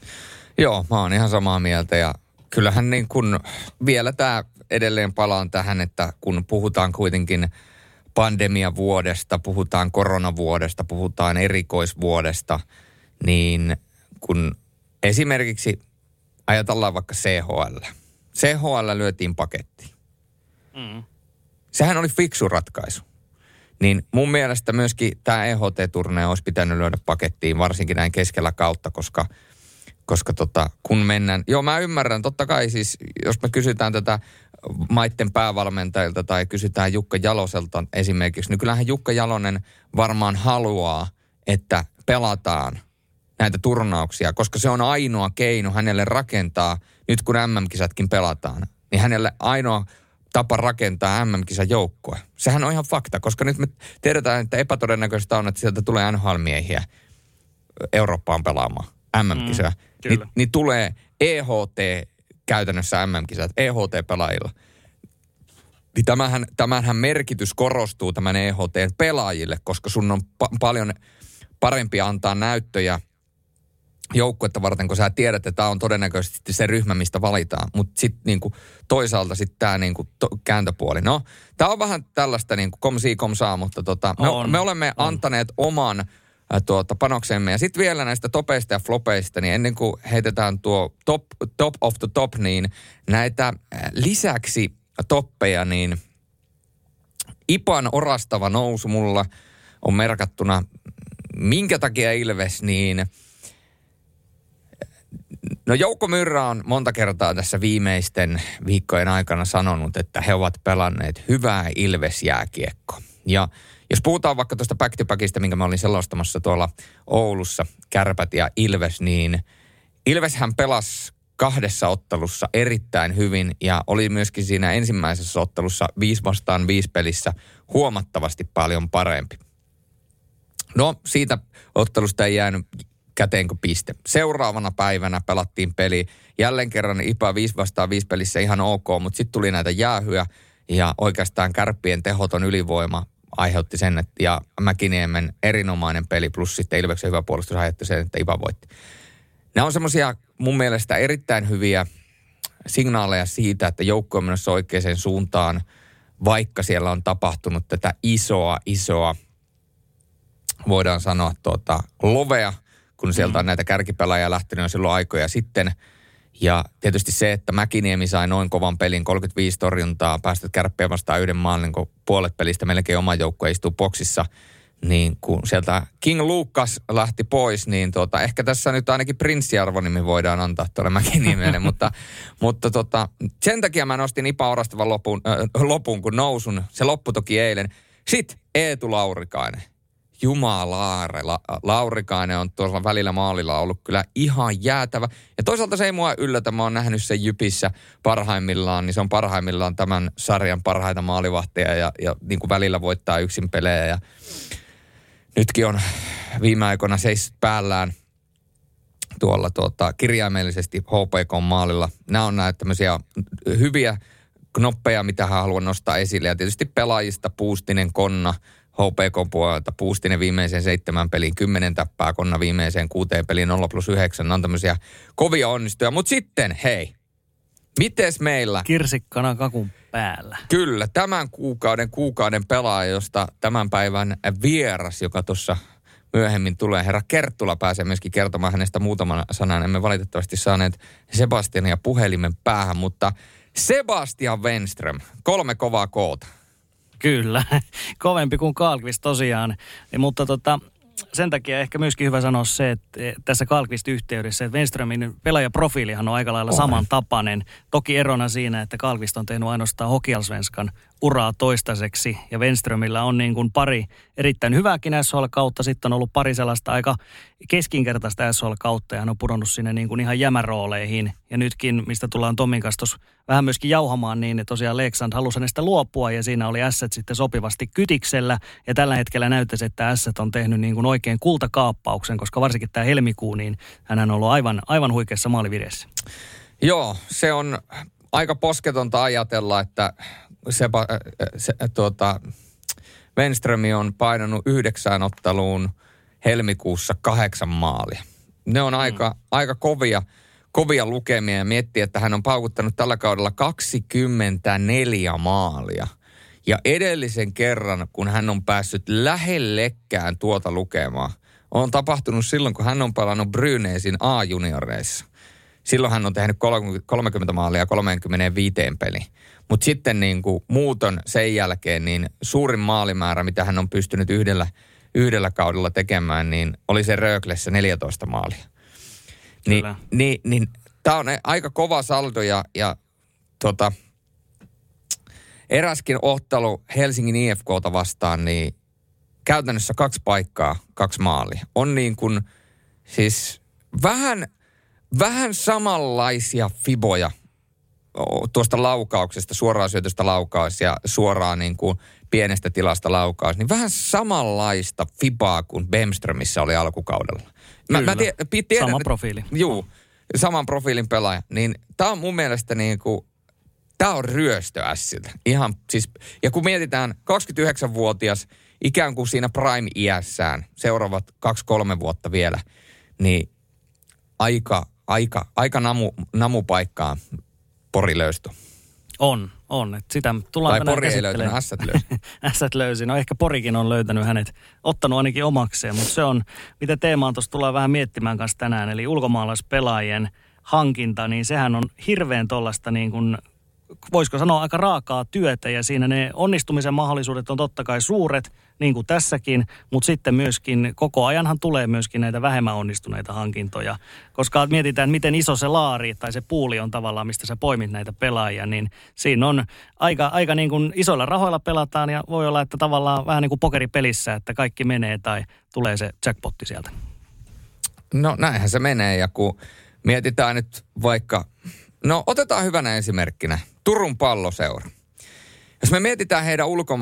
Joo, mä oon ihan samaa mieltä ja kyllähän niin kuin vielä tämä edelleen palaan tähän, että kun puhutaan kuitenkin pandemiavuodesta, puhutaan koronavuodesta, puhutaan erikoisvuodesta, niin kun esimerkiksi ajatellaan vaikka C H L. C H L lyötiin pakettiin. Mm. Sehän oli fiksu ratkaisu. Niin mun mielestä myöskin tämä E H T-turnea olisi pitänyt lyödä pakettiin, varsinkin näin keskellä kautta, koska, koska tota, kun mennään... Joo, mä ymmärrän, totta kai siis, jos me kysytään tätä maitten päävalmentajilta tai kysytään Jukka Jaloselta esimerkiksi, niin kyllähän Jukka Jalonen varmaan haluaa, että pelataan näitä turnauksia, koska se on ainoa keino hänelle rakentaa, nyt kun M M-kisatkin pelataan, niin hänelle ainoa tapa rakentaa M M-kisan joukkue. Sehän on ihan fakta, koska nyt me tiedetään, että epätodennäköistä on, että sieltä tulee N H L-miehiä Eurooppaan pelaamaan M M-kisoja. Mm, Ni, niin tulee E H T käytännössä M M-kisat, E H T-pelaajilla. Niin tämähän, tämähän merkitys korostuu tämän E H T-pelaajille, koska sun on pa- paljon parempi antaa näyttöjä joukkuetta varten, kun sä tiedät, että tämä on todennäköisesti se ryhmä, mistä valitaan. Mutta sitten niinku, toisaalta sitten tämä niinku, to, kääntöpuoli. No, tämä on vähän tällaista niinku, kom sii kom saa, mutta tota, me, me olemme on. antaneet oman ä, tuota, panoksemme. Ja sitten vielä näistä topeista ja flopeista, niin ennen kuin heitetään tuo top, top of the top, niin näitä ä, lisäksi toppeja, niin Ipan orastava nousu mulla on merkattuna. Minkä takia Ilves, niin no Jouko Myrrä on monta kertaa tässä viimeisten viikkojen aikana sanonut, että he ovat pelanneet hyvää Ilves-jääkiekkoa. Ja jos puhutaan vaikka tuosta back-to-backista, minkä mä olin selostamassa tuolla Oulussa, Kärpät ja Ilves, niin Ilveshän pelasi kahdessa ottelussa erittäin hyvin ja oli myöskin siinä ensimmäisessä ottelussa viisi vastaan viisi pelissä huomattavasti paljon parempi. No siitä ottelusta ei jäänyt käteen kuin piste. Seuraavana päivänä pelattiin peli. Jälleen kerran Ipa viisi vastaan viisi pelissä ihan ok, mutta sitten tuli näitä jäähyjä ja oikeastaan Kärppien tehoton ylivoima aiheutti sen, että ja Mäkiniemen erinomainen peli plus sitten Ilveksen hyvä puolustus aiheutti sen, että Ipa voitti. Nämä on semmoisia mun mielestä erittäin hyviä signaaleja siitä, että joukko on menossa oikeaan suuntaan, vaikka siellä on tapahtunut tätä isoa, isoa, voidaan sanoa tuota, lovea, kun sieltä on näitä kärkipelaajia lähtenyt jo silloin aikoja sitten. Ja tietysti se, että Mäkiniemi sai noin kovan pelin, kolmekymmentäviisi torjuntaa, päästöt Kärppiä vastaan yhden maalin, kun puolet pelistä melkein oma joukkue istuu boksissa, niin kun sieltä King Lucas lähti pois, niin tuota, ehkä tässä nyt ainakin prinssiarvonimi voidaan antaa tuolle Mäkiniemelle, mutta, mutta tota, sen takia mä nostin Ipa orastavan lopun, äh, lopun, kun nousun. Se loppui toki eilen. Sitten Eetu Laurikainen. Jumalaare, La, Laurikainen on tuolla välillä maalilla ollut kyllä ihan jäätävä. Ja toisaalta se ei mua yllätä, mä oon nähnyt sen Jypissä parhaimmillaan, niin se on parhaimmillaan tämän sarjan parhaita maalivahteja ja, ja niin kuin välillä voittaa yksin pelejä. Ja nytkin on viime aikoina seissyt päällään tuolla tuota, kirjaimellisesti H P K:n maalilla. Nämä on näitä tämmöisiä hyviä knoppeja, mitä hän haluaa nostaa esille. Ja tietysti pelaajista Puustinen, Konna, H P K puolelta Puustinen viimeiseen seitsemän peliin, kymmenen tappaa, Konna viimeiseen kuuteen peliin, nolla plus yhdeksän. On tämmöisiä kovia onnistuja. Mutta sitten, hei, mites meillä? Kirsikkana kakun päällä. Kyllä, tämän kuukauden kuukauden pelaaja, josta tämän päivän vieras, joka tuossa myöhemmin tulee. Herra Kerttula pääsee myöskin kertomaan hänestä muutaman sanan. Emme valitettavasti saaneet Sebastiania puhelimen päähän, mutta Sebastian Wenström, kolme kovaa koota. Kyllä, kovempi kuin Karlqvist tosiaan, mutta tota, sen takia ehkä myöskin hyvä sanoa se, että tässä Karlqvist-yhteydessä, että Wenströmin pelaajaprofiilihan on aika lailla samantapainen. Toki erona siinä, että Karlqvist on tehnyt ainoastaan Hockeyallsvenskan uraa toistaiseksi, ja Wenströmillä on niin kuin pari erittäin hyvääkin S H L-kautta, sitten on ollut pari sellaista aika keskinkertaista S H L-kautta, ja hän on pudonnut sinne niin kuin ihan jämärooleihin. Ja nytkin, mistä tullaan Tomin kanssa vähän myöskin jauhamaan, niin tosiaan Leksand halusi hänestä luopua, ja siinä oli Ässät sitten sopivasti kytiksellä, ja tällä hetkellä näyttäisi, että Ässät on tehnyt niin kuin oikein kultakaappauksen, koska varsinkin tämä helmikuu, niin hän on ollut aivan, aivan huikeassa maalivireessä. Joo, se on aika posketonta ajatella, että Seba, se, tuota, Wenström on painanut yhdeksään otteluun helmikuussa kahdeksan maalia. Ne on aika, mm. aika kovia, kovia lukemia ja miettiä, että hän on paukuttanut tällä kaudella kaksikymmentäneljä maalia. Ja edellisen kerran, kun hän on päässyt lähellekään tuota lukemaan, on tapahtunut silloin, kun hän on pelannut Brynäsin A-junioreissa. Silloin hän on tehnyt kolmekymmentä maalia kolmekymmentäviisi peliin. Mutta sitten niin kuin muuton sen jälkeen, niin suurin maalimäärä, mitä hän on pystynyt yhdellä, yhdellä kaudella tekemään, niin oli se Röglessä neljätoista maalia. Ni, niin niin tämä on aika kova saldo ja, ja tota, eräskin ottelu Helsingin I F K:ta vastaan, niin käytännössä kaksi paikkaa, kaksi maalia. On niin kuin siis vähän, vähän samanlaisia fiboja tuosta laukauksesta, suoraan syötöstä laukaus ja suoraan niin kuin pienestä tilasta laukaus, niin vähän samanlaista fibaa kuin Bemströmissä oli alkukaudella. Mä, mä tie, tiedän, sama profiili. Juu, saman profiilin pelaaja. Niin tää on mun mielestä niin kuin, tää on ryöstö Ässiltä. Ihan siis, ja kun mietitään kaksikymmentäyhdeksänvuotias ikään kuin siinä prime-iässään, seuraavat kaksi kolme vuotta vielä, niin aika, aika, aika namu, namupaikkaa Pori löysti. On, on. Et sitä tullaan tai Pori ei löytänyt, Ässät löysi. Ässät löysi. No ehkä Porikin on löytänyt hänet, ottanut ainakin omakseen, mutta se on, mitä teemaan tuossa tullaan vähän miettimään kanssa tänään, eli ulkomaalaispelaajien hankinta, niin sehän on hirveän tollaista niin kuin, voisiko sanoa aika raakaa työtä, ja siinä ne onnistumisen mahdollisuudet on totta kai suuret, niin kuin tässäkin, mutta sitten myöskin koko ajanhan tulee myöskin näitä vähemmän onnistuneita hankintoja, koska mietitään, miten iso se laari tai se puuli on tavallaan, mistä sä poimit näitä pelaajia, niin siinä on aika, aika niin kuin isoilla rahoilla pelataan, ja voi olla, että tavallaan vähän niin kuin pokeripelissä, että kaikki menee tai tulee se jackpotti sieltä. No näinhän se menee, ja kun mietitään nyt vaikka, no otetaan hyvänä esimerkkinä Turun Palloseura. Jos me mietitään heidän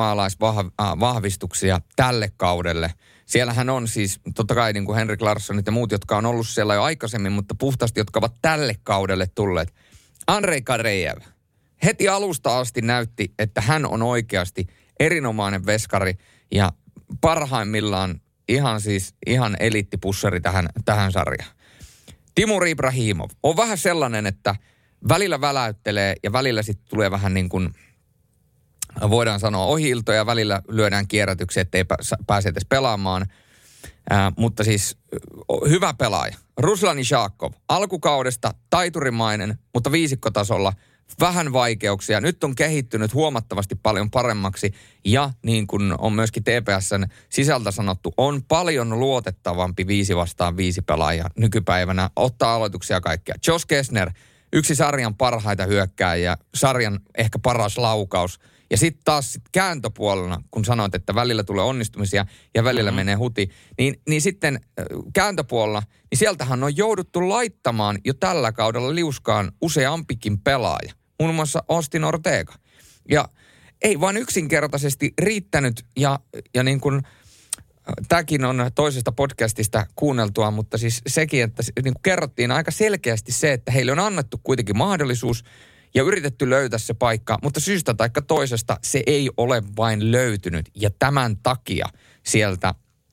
ulkomaalaisvahvistuksia tälle kaudelle, siellähän on siis totta kai niin kuin Henrik Larssonit ja muut, jotka on ollut siellä jo aikaisemmin, mutta puhtaasti, jotka ovat tälle kaudelle tulleet. Andrei Karejev heti alusta asti näytti, että hän on oikeasti erinomainen veskari ja parhaimmillaan ihan siis ihan eliittipussari tähän, tähän sarjaan. Timur Ibrahimov on vähän sellainen, että välillä väläyttelee ja välillä sitten tulee vähän niin kuin, voidaan sanoa ohi-iltoja, välillä lyödään kierrätyksiä, ettei pääse edes pelaamaan. Ää, mutta siis hyvä pelaaja. Ruslan Ishakov, alkukaudesta taiturimainen, mutta viisikkotasolla vähän vaikeuksia. Nyt on kehittynyt huomattavasti paljon paremmaksi ja niin kuin on myöskin T P S:n sisältä sanottu, on paljon luotettavampi viisi vastaan viisi pelaaja nykypäivänä. Ottaa aloituksia kaikkea. Josh Kessner, yksi sarjan parhaita hyökkääjiä, sarjan ehkä paras laukaus. Ja sitten taas sit kääntöpuolella, kun sanoit, että välillä tulee onnistumisia ja välillä mm-hmm. menee huti, niin, niin sitten kääntöpuolella, niin sieltähän on jouduttu laittamaan jo tällä kaudella liuskaan useampikin pelaaja. Muun muassa Austin Ortega. Ja ei vaan yksinkertaisesti riittänyt ja, ja niin kuin tämäkin on toisesta podcastista kuunneltua, mutta siis sekin, että niin kuin kerrottiin aika selkeästi se, että heille on annettu kuitenkin mahdollisuus ja yritetty löytää se paikka, mutta syystä tai toisesta se ei ole vain löytynyt. Ja tämän takia sieltä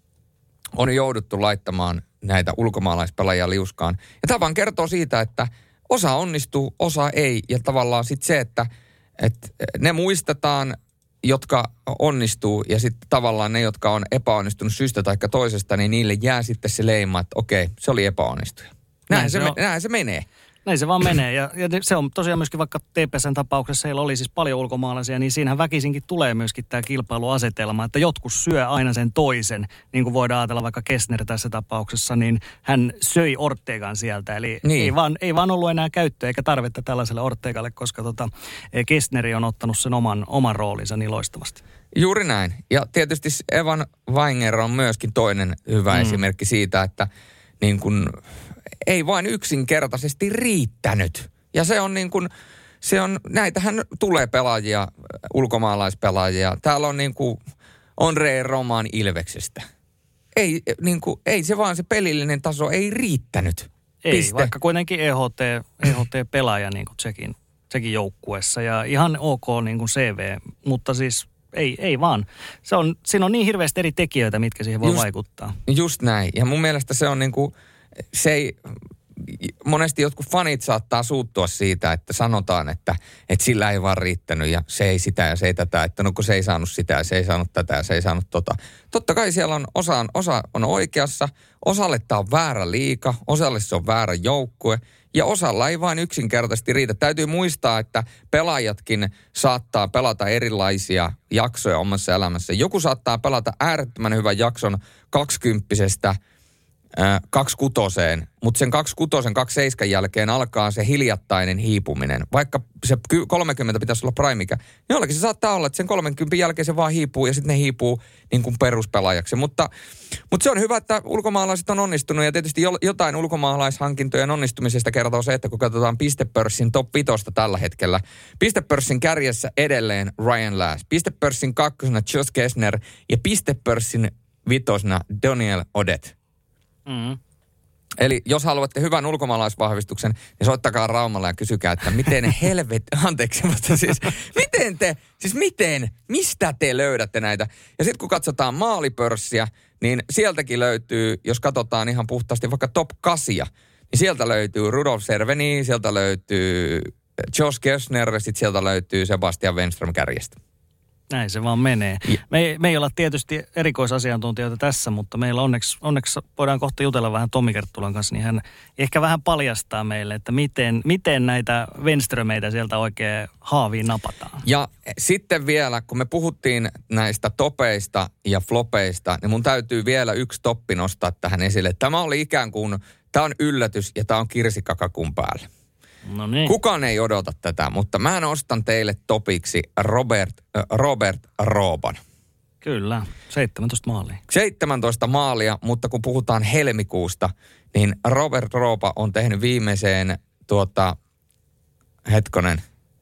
on jouduttu laittamaan näitä ulkomaalaispelaajia liuskaan. Ja tämä vaan kertoo siitä, että osa onnistuu, osa ei. Ja tavallaan sitten se, että, että ne muistetaan, jotka onnistuu, ja sitten tavallaan ne, jotka on epäonnistunut syystä tai toisesta, niin niille jää sitten se leima, että okei, se oli epäonnistuja. Näin, näin, se, se, me, näin se menee. Näin se vaan menee. Ja, ja se on tosiaan myöskin vaikka T P S:n tapauksessa, heillä oli siis paljon ulkomaalaisia, niin siinähän väkisinkin tulee myöskin tämä kilpailuasetelma, että jotkut syö aina sen toisen. Niin kuin voidaan ajatella vaikka Kessner tässä tapauksessa, niin hän söi Ortegan sieltä. Eli niin. ei, vaan, ei vaan ollut enää käyttöä eikä tarvetta tällaiselle Ortegalle, koska tota, Kessneri on ottanut sen oman, oman roolinsa niin loistavasti. Juuri näin. Ja tietysti Evan Wenger on myöskin toinen hyvä mm. esimerkki siitä, että niin kuin ei vain yksinkertaisesti riittänyt. Ja se on niin kuin, se on, näitähän tulee pelaajia, ulkomaalaispelaajia. Täällä on niin kuin Andre Roman Ilveksestä. Ei, niin kuin, ei se vaan se pelillinen taso ei riittänyt. Ei, Piste. Vaikka kuitenkin E H T, E H T-pelaaja niin kuin Tsekin, Tsekin joukkueessa ja ihan ok niin kuin C V, mutta siis ei, ei vaan. Se on, siinä on niin hirveästi eri tekijöitä, mitkä siihen voi just, vaikuttaa. Just näin. Ja mun mielestä se on niin kuin, se ei, monesti jotkut fanit saattaa suuttua siitä, että sanotaan, että, että sillä ei vaan riittänyt ja se ei sitä ja se ei tätä, että no kun se ei saanut sitä ja se ei saanut tätä ja se ei saanut tota. Totta kai siellä on osa, osa on oikeassa, osalle tämä on väärä liiga, osalle se on väärä joukkue ja osalla ei vain yksinkertaisesti riitä. Täytyy muistaa, että pelaajatkin saattaa pelata erilaisia jaksoja omassa elämässä. Joku saattaa pelata äärettömän hyvän jakson kaksikymppisestä kaksi kutoseen, mutta sen kaksi kutosen, kaksi seiskan jälkeen alkaa se hiljattainen hiipuminen. Vaikka se kolmekymmentä pitäisi olla prime-ikä, niin jollakin se saattaa olla, että sen kolmekymmentä jälkeen se vaan hiipuu ja sitten ne hiipuu niin kuin peruspelaajaksi. Mutta, mutta se on hyvä, että ulkomaalaiset on onnistunut ja tietysti jotain ulkomaalaishankintojen onnistumisesta kertoo se, että kun katsotaan pistepörssin top vitosta tällä hetkellä. Pistepörssin kärjessä edelleen Ryan Lass, pistepörssin kakkosena Josh Kessner ja pistepörssin vitosena Daniel Odet. Mm. Eli jos haluatte hyvän ulkomaalaisvahvistuksen, niin soittakaa Raumalle ja kysykää, että miten helvet, anteeksi, mutta siis miten te, siis miten, mistä te löydätte näitä? Ja sitten kun katsotaan maalipörssiä, niin sieltäkin löytyy, jos katsotaan ihan puhtaasti vaikka top kasia, niin sieltä löytyy Rudolf Cerveni, sieltä löytyy Josh Kessner, sitten sieltä löytyy Sebastian Wenström kärjestä. Näin se vaan menee. Me ei, me ei olla tietysti erikoisasiantuntijoita tässä, mutta meillä onneksi, onneksi voidaan kohta jutella vähän Tommi Kerttulan kanssa, niin hän ehkä vähän paljastaa meille, että miten, miten näitä Wenströmeitä sieltä oikein haaviin napataan. Ja sitten vielä, kun me puhuttiin näistä topeista ja flopeista, niin mun täytyy vielä yksi toppi nostaa tähän esille. Tämä oli ikään kuin, tämä on yllätys ja tämä on kirsikkakakun päällä. No niin. Kukaan ei odota tätä, mutta mä nostan teille topiksi Robert, äh, Robert Rooban. Kyllä, seitsemäntoista maalia. seitsemäntoista maalia, mutta kun puhutaan helmikuusta, niin Robert Rooba on tehnyt viimeiseen, tuota, hetkonen,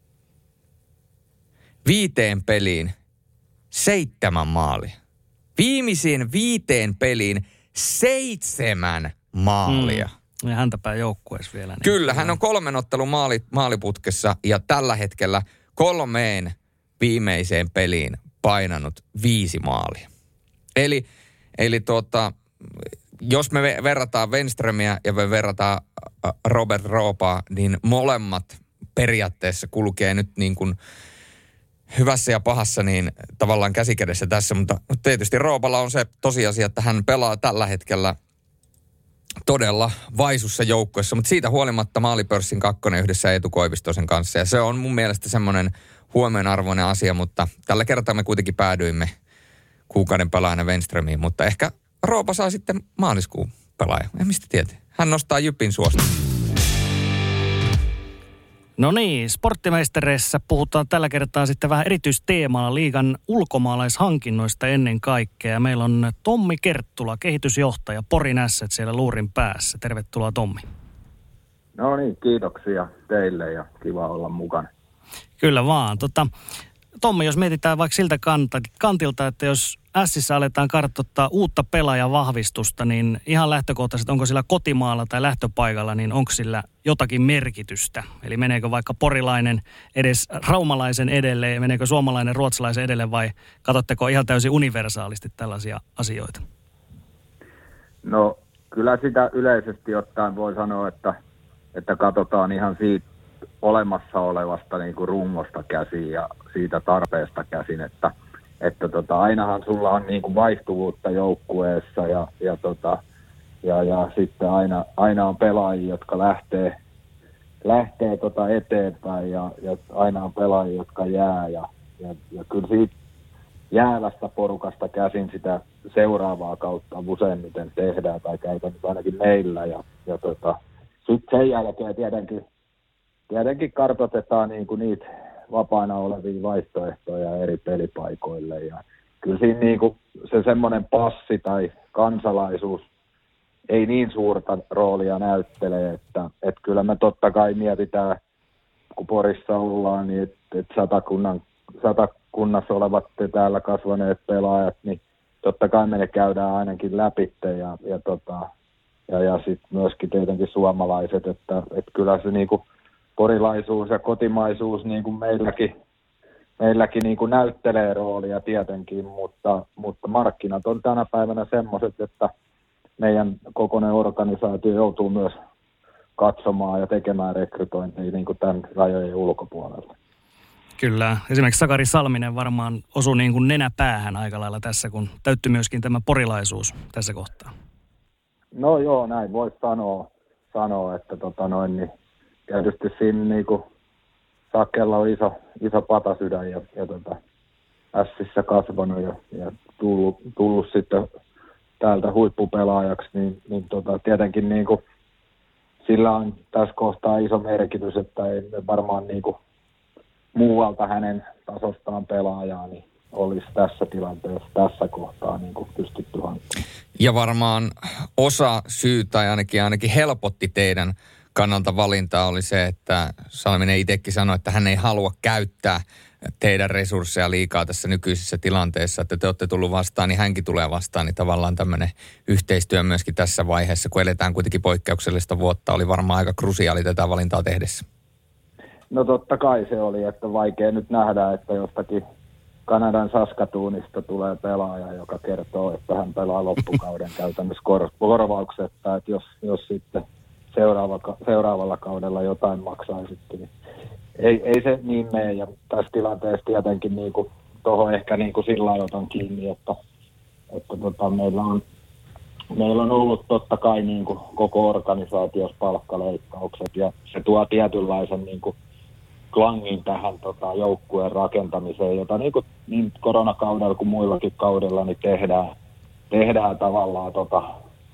viiteen peliin seitsemän maalia. Viimeiseen viiteen peliin seitsemän maalia. Mm. Ja häntäpää joukkueessa vielä. Niin Kyllä, hän on kolmen ottelun maali, maaliputkessa ja tällä hetkellä kolmeen viimeiseen peliin painanut viisi maalia. Eli, eli tuota, jos me verrataan Wenströmiä ja me verrataan Robert Roobaa, niin molemmat periaatteessa kulkee nyt niin kuin hyvässä ja pahassa niin tavallaan käsikädessä tässä, mutta tietysti Rooballa on se tosiasia, että hän pelaa tällä hetkellä todella vaisussa joukkueessa, mutta siitä huolimatta maalipörssin kakkonen yhdessä Eetu Koivistosen kanssa. Ja se on mun mielestä semmoinen huomionarvoinen asia, mutta tällä kertaa me kuitenkin päädyimme kuukauden pelaajana Wenströmiin. Mutta ehkä Roopa saa sitten maaliskuun pelaaja. En mistä tietää. Hän nostaa Jypin suosta. No niin, sporttimeistereissä puhutaan tällä kertaa sitten vähän erityisteemalla liigan ulkomaalaishankinnoista ennen kaikkea. Meillä on Tommi Kerttula, kehitysjohtaja Porin Ässät siellä luurin päässä. Tervetuloa Tommi. No niin, kiitoksia teille ja kiva olla mukana. Kyllä vaan. Tota, Tommi, jos mietitään vaikka siltä kantilta, että jos Ässissä aletaan kartoittaa uutta pelaajavahvistusta, niin ihan lähtökohtaisesti, onko sillä kotimaalla tai lähtöpaikalla, niin onko sillä jotakin merkitystä? Eli meneekö vaikka porilainen edes raumalaisen edelle, meneekö suomalainen ruotsalaisen edelle vai katsotteko ihan täysin universaalisti tällaisia asioita? No kyllä sitä yleisesti ottaen voi sanoa, että, että katsotaan ihan siitä olemassa olevasta niin kuin rungosta käsin ja siitä tarpeesta käsin, että Että tota, ainahan sulla on niinku vaihtuvuutta joukkueessa ja, ja, tota, ja, ja sitten aina, aina on pelaajia, jotka lähtee, lähtee tota eteenpäin ja, ja aina on pelaajia, jotka jää. Ja, ja, ja kyllä siitä jäävästä porukasta käsin sitä seuraavaa kautta useimmiten tehdään tai käytännössä ainakin meillä. Ja, ja tota, sitten sen jälkeen tietenkin, tietenkin kartoitetaan niinku niitä vapaana olevia vaihtoehtoja eri pelipaikoille. Ja kyllä siinä niinku se semmoinen passi tai kansalaisuus ei niin suurta roolia näyttele, että, että kyllä me totta kai mietitään, kun Porissa ollaan, niin että et satakunnan, satakunnassa olevat täällä kasvaneet pelaajat, niin totta kai me ne käydään ainakin läpi ja, ja, tota, ja, ja sitten myöskin tietenkin suomalaiset, että, että kyllä se niinku porilaisuus ja kotimaisuus niin kuin meilläkin, meilläkin niin kuin näyttelee roolia tietenkin, mutta, mutta markkinat on tänä päivänä semmoiset, että meidän kokoinen organisaatio joutuu myös katsomaan ja tekemään rekrytointia niin kuin tämän rajojen ulkopuolella. Kyllä. Esimerkiksi Sakari Salminen varmaan osui niin kuin nenäpäähän aika lailla tässä, kun täyttyi myöskin tämä porilaisuus tässä kohtaa. No joo, näin voisi sanoa, sanoa että tota noin, niin tietysti siinä niinku Sakella on iso, iso patasydän ja, ja tota, Ässissä kasvanut ja, ja tullut, tullut sitten täältä huippupelaajaksi, niin, niin tota, tietenkin niinku, sillä on tässä kohtaa iso merkitys, että ei varmaan niinku muualta hänen tasostaan pelaajaa niin olisi tässä tilanteessa, tässä kohtaa niinku pystytty hankkimaan. Ja varmaan osa syy tai ainakin, ainakin helpotti teidän kannalta valintaa oli se, että Salminen itsekin sanoi, että hän ei halua käyttää teidän resursseja liikaa tässä nykyisessä tilanteessa, että te olette tullut vastaan, niin hänkin tulee vastaan, niin tavallaan tämmöinen yhteistyö myöskin tässä vaiheessa, kun eletään kuitenkin poikkeuksellista vuotta, oli varmaan aika krusiaali tätä valintaa tehdessä. No totta kai se oli, että vaikea nyt nähdä, että jostakin Kanadan Saskatoonista tulee pelaaja, joka kertoo, että hän pelaa loppukauden käytännössä kor- korvauksetta, että jos, jos sitten Seuraava, seuraavalla kaudella jotain maksaa sitten. Niin ei, ei se niin mene, ja tässä tilanteessa tietenkin niin tuohon ehkä niin kuin sillä lailla otan kiinni, että, että tota, meillä, on, meillä on ollut totta kai niin kuin koko organisaatiossa palkkaleikkaukset, ja se tuo tietynlaisen niin kuin klangin tähän tota, joukkueen rakentamiseen, jota niin, kuin, niin koronakaudella kuin muillakin kaudella niin tehdään, tehdään tavallaan tota,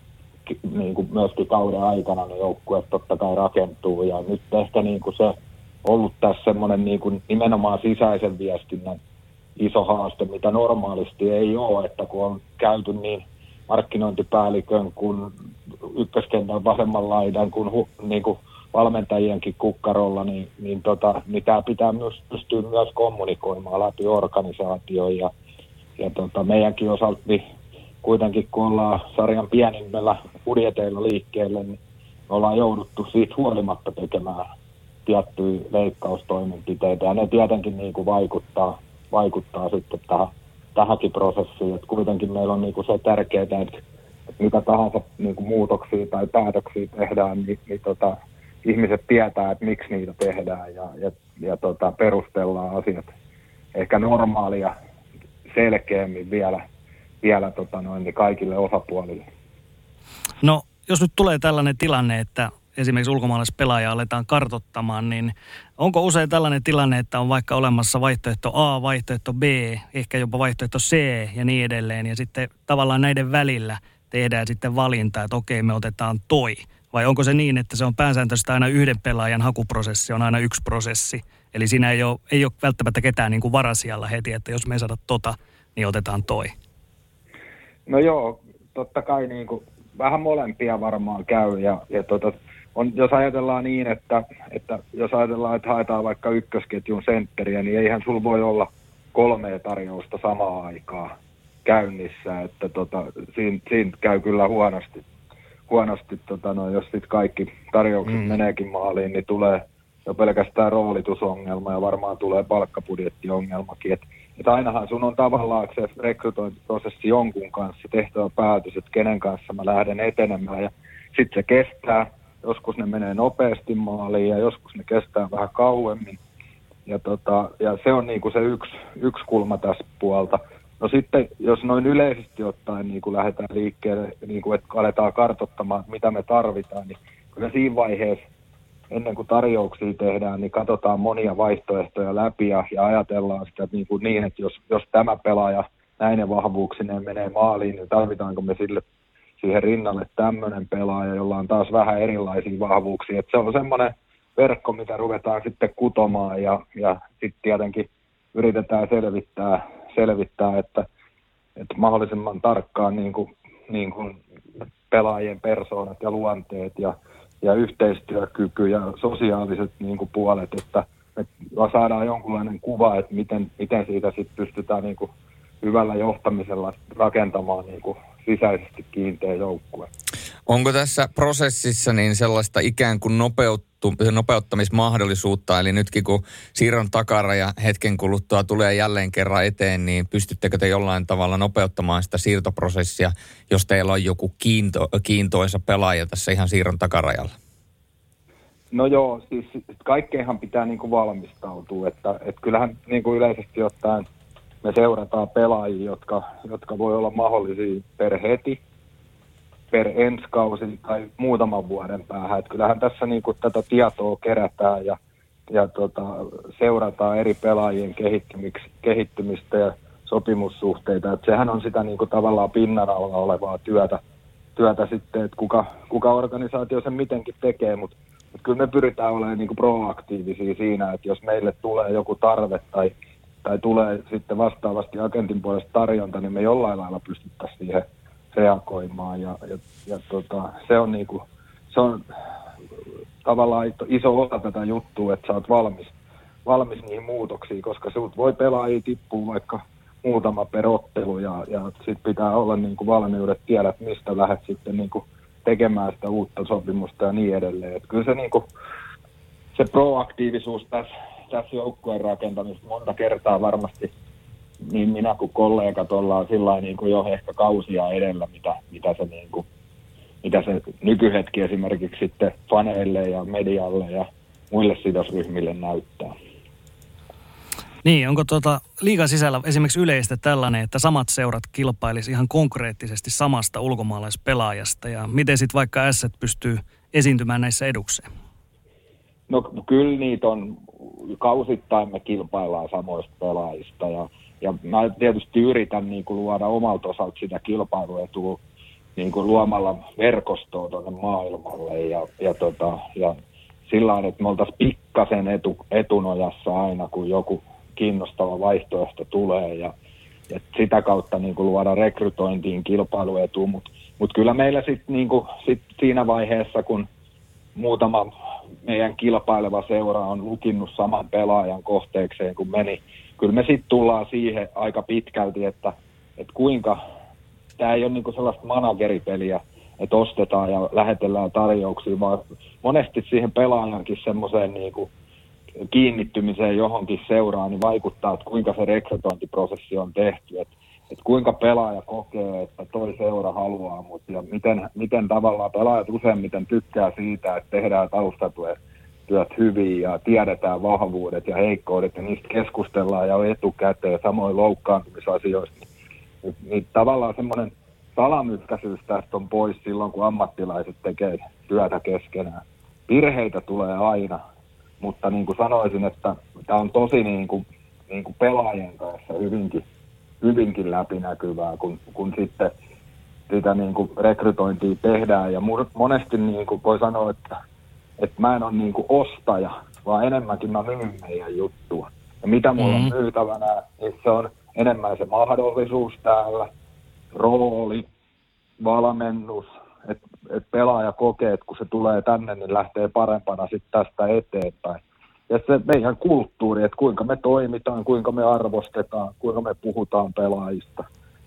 niin kuin myöskin kauden aikana ne joukkueet totta kai rakentuu ja nyt ehkä niin kuin se ollut tässä semmoinen niin kuin nimenomaan sisäisen viestinnän iso haaste, mitä normaalisti ei ole, että kun on käyty niin markkinointipäällikön kuin ykköskentän vasemman laidan kuin, hu, niin kuin valmentajienkin kukkarolla, niin, niin, tota, niin tämä pitää myös pystyä myös kommunikoimaan läpi organisaatioon ja, ja tota, meidänkin osalta niin kuitenkin kun ollaan sarjan pienimmällä budjeteilla liikkeelle, niin me ollaan jouduttu siitä huolimatta tekemään tiettyjä leikkaustoimenpiteitä. Ja ne tietenkin niin kuin vaikuttaa, vaikuttaa sitten tähän, tähänkin prosessiin. Et kuitenkin meillä on niin kuin se tärkeää, että, että mitä tahansa niin kuin muutoksia tai päätöksiä tehdään, niin, niin tota, ihmiset tietää, että miksi niitä tehdään ja, ja, ja tota, perustellaan asiat ehkä normaalia selkeämmin vielä. vielä tota noin, niin kaikille osapuolille. No, jos nyt tulee tällainen tilanne, että esimerkiksi ulkomaalaispelaajaa aletaan kartoittamaan, niin onko usein tällainen tilanne, että on vaikka olemassa vaihtoehto A, vaihtoehto B, ehkä jopa vaihtoehto C ja niin edelleen, ja sitten tavallaan näiden välillä tehdään sitten valinta, että okei, me otetaan toi. Vai onko se niin, että se on pääsääntöisesti aina yhden pelaajan hakuprosessi, on aina yksi prosessi, eli siinä ei ole, ei ole välttämättä ketään niin kuin varasijalla heti, että jos me ei saada tota, niin otetaan toi. No joo, totta kai niin kuin, vähän molempia varmaan käy ja, ja tota, on, jos ajatellaan niin, että, että jos ajatellaan, että haetaan vaikka ykkösketjun sentteriä, niin eihän sulla voi olla kolmea tarjousta samaan aikaan käynnissä, että tota, siinä, siinä käy kyllä huonosti, huonosti tota, no, jos sitten kaikki tarjoukset mm. meneekin maaliin, niin tulee jo pelkästään roolitusongelma ja varmaan tulee palkkabudjettiongelmakin. Et, et ainahan sun on tavallaan se rekrytointiprosessi jonkun kanssa tehtävä päätös, että kenen kanssa mä lähden etenemään ja sitten se kestää. Joskus ne menee nopeasti maaliin ja joskus ne kestää vähän kauemmin. Ja, tota, ja se on niinku se yksi, yksi kulma tässä puolta. No sitten, jos noin yleisesti ottaen niin lähdetään liikkeelle, niin kuin, että aletaan kartoittamaan, mitä me tarvitaan, niin kyllä siinä vaiheessa, ennen kuin tarjouksia tehdään, niin katsotaan monia vaihtoehtoja läpi ja, ja ajatellaan sitä niin, kuin niin, että jos, jos tämä pelaaja näiden vahvuuksineen menee maaliin, niin tarvitaanko me sille siihen rinnalle tämmöinen pelaaja, jolla on taas vähän erilaisia vahvuuksia. Että se on semmoinen verkko, mitä ruvetaan sitten kutomaan ja, ja sitten tietenkin yritetään selvittää, selvittää että, että mahdollisimman tarkkaan niin kuin, niin kuin pelaajien persoonat ja luonteet ja, ja yhteistyökyky ja sosiaaliset niin kuin puolet, että, että saadaan jonkunlainen kuva, että miten, miten siitä sitten pystytään niin kuin hyvällä johtamisella rakentamaan niin kuin sisäisesti kiinteä joukkue. Onko tässä prosessissa niin sellaista ikään kuin nopeuttu, nopeuttamismahdollisuutta, eli nytkin kun siirron takaraja hetken kuluttua tulee jälleen kerran eteen, niin pystyttekö te jollain tavalla nopeuttamaan sitä siirtoprosessia, jos teillä on joku kiinto, kiintoisa pelaaja tässä ihan siirron takarajalla? No joo, siis kaikkeenhan pitää niin kuin valmistautua, että, että kyllähän niin kuin yleisesti ottaen me seurataan pelaajia, jotka, jotka voi olla mahdollisia per heti, per ensi kausi tai muutaman vuoden päähän. Että kyllähän tässä niin kuin tätä tietoa kerätään ja, ja tota, seurataan eri pelaajien kehittymistä ja sopimussuhteita. Että sehän on sitä niin kuin tavallaan pinnan alla olevaa työtä, työtä sitten, että kuka, kuka organisaatio sen mitenkin tekee, mutta mut kyllä me pyritään olemaan niin kuin proaktiivisia siinä, että jos meille tulee joku tarve tai tai tulee sitten vastaavasti agentin puolesta tarjonta, niin me jollain lailla pystyttäisiin siihen reagoimaan. Ja, ja, ja tota, se on niinku, se on tavallaan iso osa tätä juttua, että sä oot valmis, valmis niihin muutoksiin, koska sut voi pelaajia tippua vaikka muutama per ottelu ja, ja sit pitää olla niinku valmiudet tiedät, mistä lähdet sitten niinku tekemään sitä uutta sopimusta ja niin edelleen. Et kyllä se, niinku, se proaktiivisuus tässä tässä joukkueen rakentamista monta kertaa varmasti niin minä kuin kollegat ollaan sillä niin kuin jo ehkä kausia edellä, mitä, mitä, se niin kuin, mitä se nykyhetki esimerkiksi sitten faneille ja medialle ja muille sidosryhmille näyttää. Niin, onko tuota liigan sisällä esimerkiksi yleistä tällainen, että samat seurat kilpailisi ihan konkreettisesti samasta ulkomaalaispelaajasta ja miten sitten vaikka Ässät pystyy esiintymään näissä edukseen? No kyllä niitä on, kausittain me kilpaillaan samoista pelaajista ja, ja mä tietysti yritän niin kuin luoda omalta osalta sitä kilpailuetua niin kuin luomalla verkostoa tuonne maailmalle ja, ja, tota, ja sillä tavalla, että me oltaisiin pikkasen etu, etunojassa aina, kun joku kiinnostava vaihtoehto tulee ja, ja sitä kautta niin kuin luoda rekrytointiin kilpailuetua, mutta mut kyllä meillä sitten niin kuin sit siinä vaiheessa, kun muutama meidän kilpaileva seura on lukinnut saman pelaajan kohteekseen, kun meni. Kyllä me sitten tullaan siihen aika pitkälti, että, että kuinka, tämä ei ole niinku sellaista manageripeliä, että ostetaan ja lähetellään tarjouksia, vaan monesti siihen pelaajankin semmoiseen niinku kiinnittymiseen johonkin seuraan, niin vaikuttaa, että kuinka se rekrytointiprosessi on tehty, että, että kuinka pelaaja kokee, että toi seura haluaa, mutta ja miten, miten tavallaan pelaajat useimmiten tykkää siitä, että tehdään taustatyöt työt hyvin ja tiedetään vahvuudet ja heikkoudet ja niistä keskustellaan ja etukäteen samoin loukkaantumisasioista. Niin, niin tavallaan semmoinen salamyhkäisyys tästä on pois silloin, kun ammattilaiset tekee työtä keskenään. Virheitä tulee aina, mutta niin kuin sanoisin, että tämä on tosi niin kuin, niin kuin pelaajien kanssa hyvinkin, hyvinkin läpinäkyvää, kun, kun sitten sitä niin kuin rekrytointia tehdään. Ja monesti niin kuin voi sanoa, että, että mä en ole niin kuin ostaja, vaan enemmänkin mä myyn meidän juttua. Ja mitä mulla on myytävänä, niin se on enemmän se mahdollisuus täällä, rooli, valmennus, että et pelaaja kokee, että kun se tulee tänne, niin lähtee parempana sitten tästä eteenpäin. Ja se meidän kulttuuri, että kuinka me toimitaan, kuinka me arvostetaan, kuinka me puhutaan pelaajista.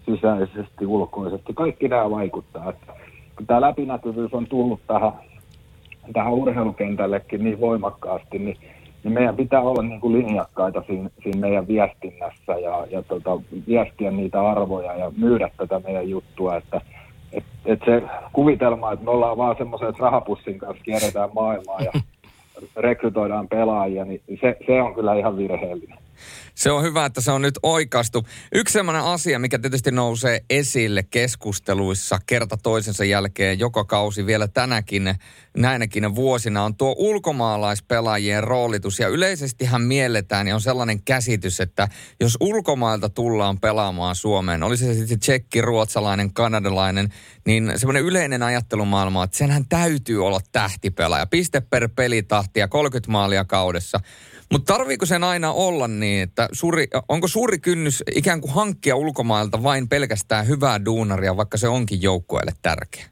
sisäisesti, ulkoisesti. Kaikki nämä vaikuttaa. Että kun tämä läpinäkyvyys on tullut tähän, tähän urheilukentällekin niin voimakkaasti, niin, niin meidän pitää olla niin kuin linjakkaita siinä, siinä meidän viestinnässä ja, ja tota, viestiä niitä arvoja ja myydä tätä meidän juttua. Että et, et se kuvitelma, että me ollaan vaan semmoisen, että rahapussin kanssa kierretään maailmaa ja rekrytoidaan pelaajia, niin se, se on kyllä ihan virheellinen. Se on hyvä, että se on nyt oikaistu. Yksi sellainen asia, mikä tietysti nousee esille keskusteluissa kerta toisensa jälkeen joka kausi vielä tänäkin, näinäkin vuosina, on tuo ulkomaalaispelaajien roolitus. Ja yleisestihän mielletään ja on sellainen käsitys, että jos ulkomailta tullaan pelaamaan Suomeen, olisi se sitten tsekki, ruotsalainen, kanadalainen, niin semmoinen yleinen ajattelumaailma, että senhän täytyy olla tähtipelaaja. Piste per pelitahti ja kolmekymmentä maalia kaudessa. Mutta tarviiko sen aina olla niin, että suuri, onko suuri kynnys ikään kuin hankkia ulkomailta vain pelkästään hyvää duunaria, vaikka se onkin joukkueelle tärkeä?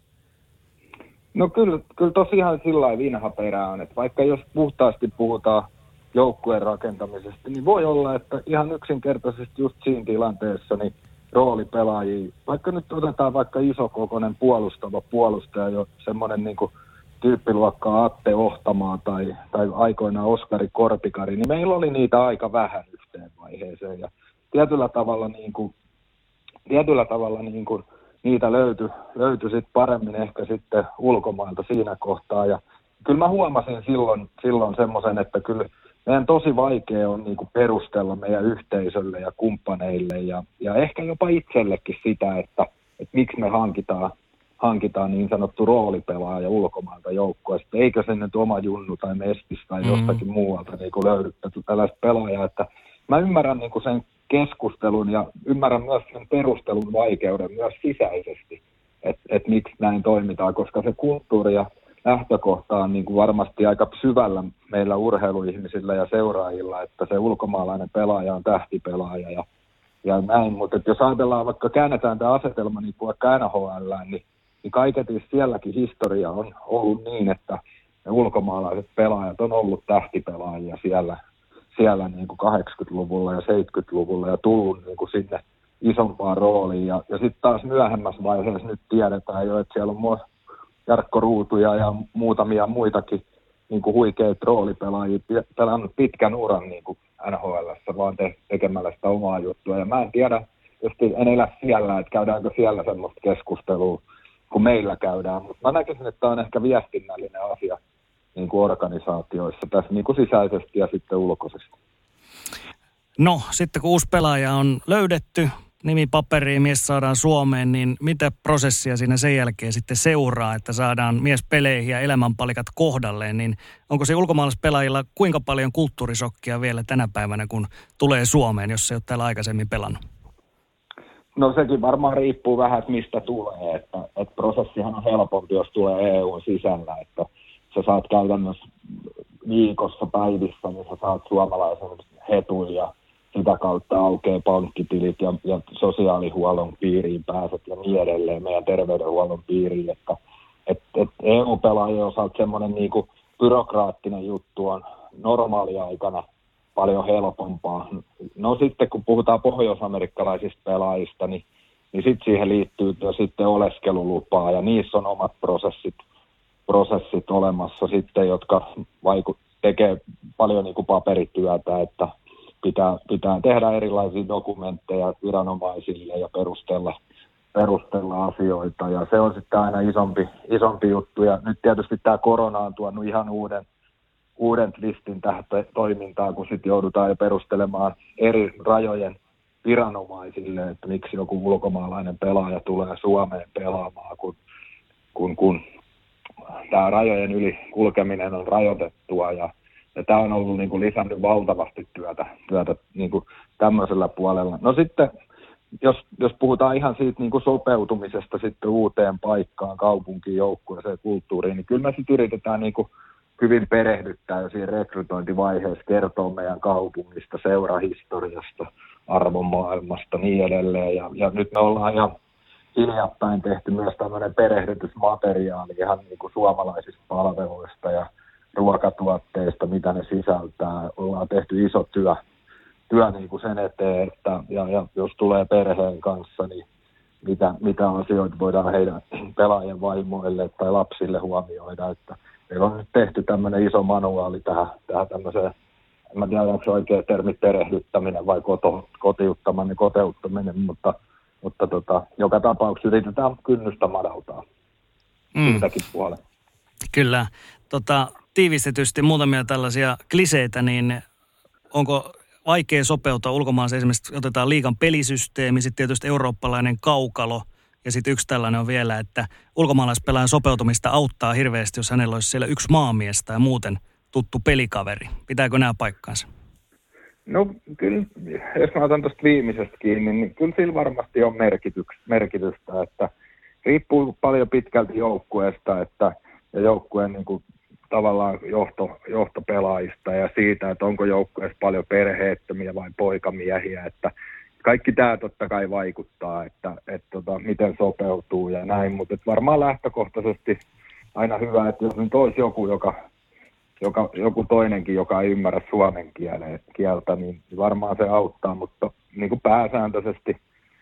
No kyllä, kyllä tosiaan sillä lailla vinha perä on, että vaikka jos puhtaasti puhutaan joukkueen rakentamisesta, niin voi olla, että ihan yksinkertaisesti just siinä tilanteessa niin roolipelaajia, vaikka nyt otetaan vaikka isokokoinen puolustava puolustaja, jo semmoinen niin kuin tyyppiluokkaa Atte Ohtamaa tai, tai aikoinaan Oskari Korpikari, niin meillä oli niitä aika vähän yhteen vaiheeseen. Ja tietyllä tavalla, niin kuin, tietyllä tavalla niin kuin niitä löytyi, löytyi sit paremmin ehkä sitten ulkomailta siinä kohtaa. Ja kyllä mä huomasin silloin, silloin semmoisen, että kyllä meidän tosi vaikea on niin kuin perustella meidän yhteisölle ja kumppaneille ja, ja ehkä jopa itsellekin sitä, että, että miksi me hankitaan hankitaan niin sanottu roolipelaaja ulkomailta joukkueesta. Eikö se nyt oma junnu tai mestis tai mm. jostakin muualta niin kuin löydetty tällaista pelaajaa. Että mä ymmärrän niin kuin sen keskustelun ja ymmärrän myös sen perustelun vaikeuden myös sisäisesti, että et miksi näin toimitaan, koska se kulttuuri ja lähtökohta on niin kuin varmasti aika syvällä meillä urheiluihmisillä ja seuraajilla, että se ulkomaalainen pelaaja on tähtipelaaja ja, ja näin. Mutta jos ajatellaan, vaikka käännetään tämä asetelma niin kuin vaikka N H L:ään, niin niin kaiketi sielläkin historia on ollut niin, että ne ulkomaalaiset pelaajat on ollut tähtipelaajia siellä, siellä niin kuin kahdeksankymmentäluvulla ja seitsemänkymmentäluvulla ja tullut niin kuin sinne isompaan rooliin. Ja, ja sitten taas myöhemmässä vaiheessa nyt tiedetään jo, että siellä on Jarkko Ruutuja ja muutamia muitakin niin kuin huikeita roolipelaajia pelannut pitkän uran niin kuin N H L:ssä, vaan te, tekemällä sitä omaa juttua. Ja mä en tiedä, jos en elä siellä, että käydäänkö siellä semmoista keskustelua, kun meillä käydään. Mutta mä näkisin, että tämä on ehkä viestinnällinen asia niin kuin organisaatioissa, tässä niin kuin sisäisesti ja sitten ulkoisesti. No, sitten kun uusi pelaaja on löydetty, nimi paperiin, mies saadaan Suomeen, niin mitä prosessia siinä sen jälkeen sitten seuraa, että saadaan mies peleihin ja elämänpalikat kohdalleen, niin onko se ulkomaalaispelaajilla kuinka paljon kulttuurisokkia vielä tänä päivänä, kun tulee Suomeen, jos se ei ole täällä aikaisemmin pelannut? No sekin varmaan riippuu vähän, että mistä tulee, että, että prosessihan on helpompi, jos tulee E U:n sisällä, että sä saat käytännössä viikossa, päivissä, niin sä saat suomalaisen hetun ja sitä kautta aukeaa pankkitilit ja, ja sosiaalihuollon piiriin pääset ja niin edelleen, meidän terveydenhuollon piiriin, että et, et E U-pelaajien osalta semmoinen niinku byrokraattinen juttu on normaaliaikana paljon helpompaa. No sitten kun puhutaan pohjois-amerikkalaisista pelaajista, niin, niin sitten siihen liittyy sitten oleskelulupaa ja niissä on omat prosessit, prosessit olemassa sitten, jotka vaiku, tekee paljon niin kuin paperityötä, että pitää, pitää tehdä erilaisia dokumentteja viranomaisille ja perustella, perustella asioita ja se on sitten aina isompi, isompi juttu ja nyt tietysti tämä korona on tuonut ihan uuden uuden listin tähän toimintaan, kun sitten joudutaan jo perustelemaan eri rajojen viranomaisille, että miksi joku ulkomaalainen pelaaja tulee Suomeen pelaamaan, kun, kun, kun tämä rajojen yli kulkeminen on rajoitettua ja, ja tämä on ollut niin kuin lisännyt valtavasti työtä, työtä niin kuin tämmöisellä puolella. No sitten, jos, jos puhutaan ihan siitä niin kuin sopeutumisesta sitten uuteen paikkaan, kaupunkiin, joukkueeseen, kulttuuriin, niin kyllä me sitten yritetään niin kuin hyvin perehdyttää jo siinä rekrytointivaiheessa, kertoo meidän kaupungista, seurahistoriasta, arvomaailmasta, niin edelleen. Ja, ja nyt me ollaan ihan hiljattain tehty myös tämmöinen perehdytysmateriaali ihan niin kuin suomalaisista palveluista ja ruokatuotteista, mitä ne sisältää. Ollaan tehty iso työ, työ niin kuin sen eteen, että ja, ja jos tulee perheen kanssa, niin mitä, mitä asioita voidaan heidän pelaajien vaimoille tai lapsille huomioida. Että meillä on nyt tehty tämmöinen iso manuaali tähän, tähän tämmöiseen, en mä tiedä, onko se oikea termi perehdyttäminen vai koto, kotiuttaminen, koteuttaminen, mutta, mutta tota, joka tapauksessa yritetään kynnystä madaltaa mm. siitäkin puolella. Kyllä. Tota, tiivistetysti muutamia tällaisia kliseitä, niin onko vaikea sopeutua ulkomaansa? Esimerkiksi otetaan liigan pelisysteemi, sitten tietysti eurooppalainen kaukalo ja sitten yksi tällainen on vielä, että ulkomaalaispelaajan sopeutumista auttaa hirveästi, jos hänellä olisi siellä yksi maamies tai muuten tuttu pelikaveri. Pitääkö nämä paikkaansa? No kyllä, jos mä otan tuosta viimeisestä kiinni, niin kyllä sillä varmasti on merkitystä, että riippuu paljon pitkälti joukkueesta että, ja joukkueen niin kuin, tavallaan johto, johtopelaajista ja siitä, että onko joukkueessa paljon perheettömiä vai poikamiehiä, että kaikki tämä totta kai vaikuttaa, että, että tota, miten sopeutuu ja näin, mutta varmaan lähtökohtaisesti aina hyvä, että jos nyt olisi joku, joka, joka, joku toinenkin, joka ei ymmärrä suomen kieltä, niin varmaan se auttaa, mutta niin kuin pääsääntöisesti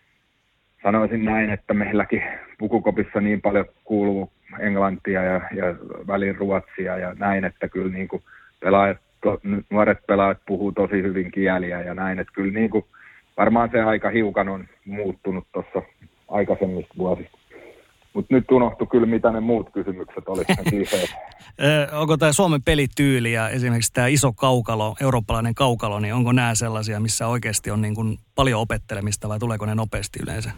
sanoisin näin, että meilläkin pukukopissa niin paljon kuuluu englantia ja, ja välin ruotsia ja näin, että kyllä niin kuin pelaajat, to, nuoret pelaajat puhuu tosi hyvin kieliä ja näin, että kyllä niin kuin varmaan se aika hiukan on muuttunut tuossa aikaisemmista vuosista. Mutta nyt unohtui kyllä, mitä ne muut kysymykset olisivat. Onko tämä Suomen pelityyli ja esimerkiksi tämä iso kaukalo, eurooppalainen kaukalo, niin onko nämä sellaisia, missä oikeasti on niin kuin paljon opettelemista vai tuleeko ne nopeasti yleensä?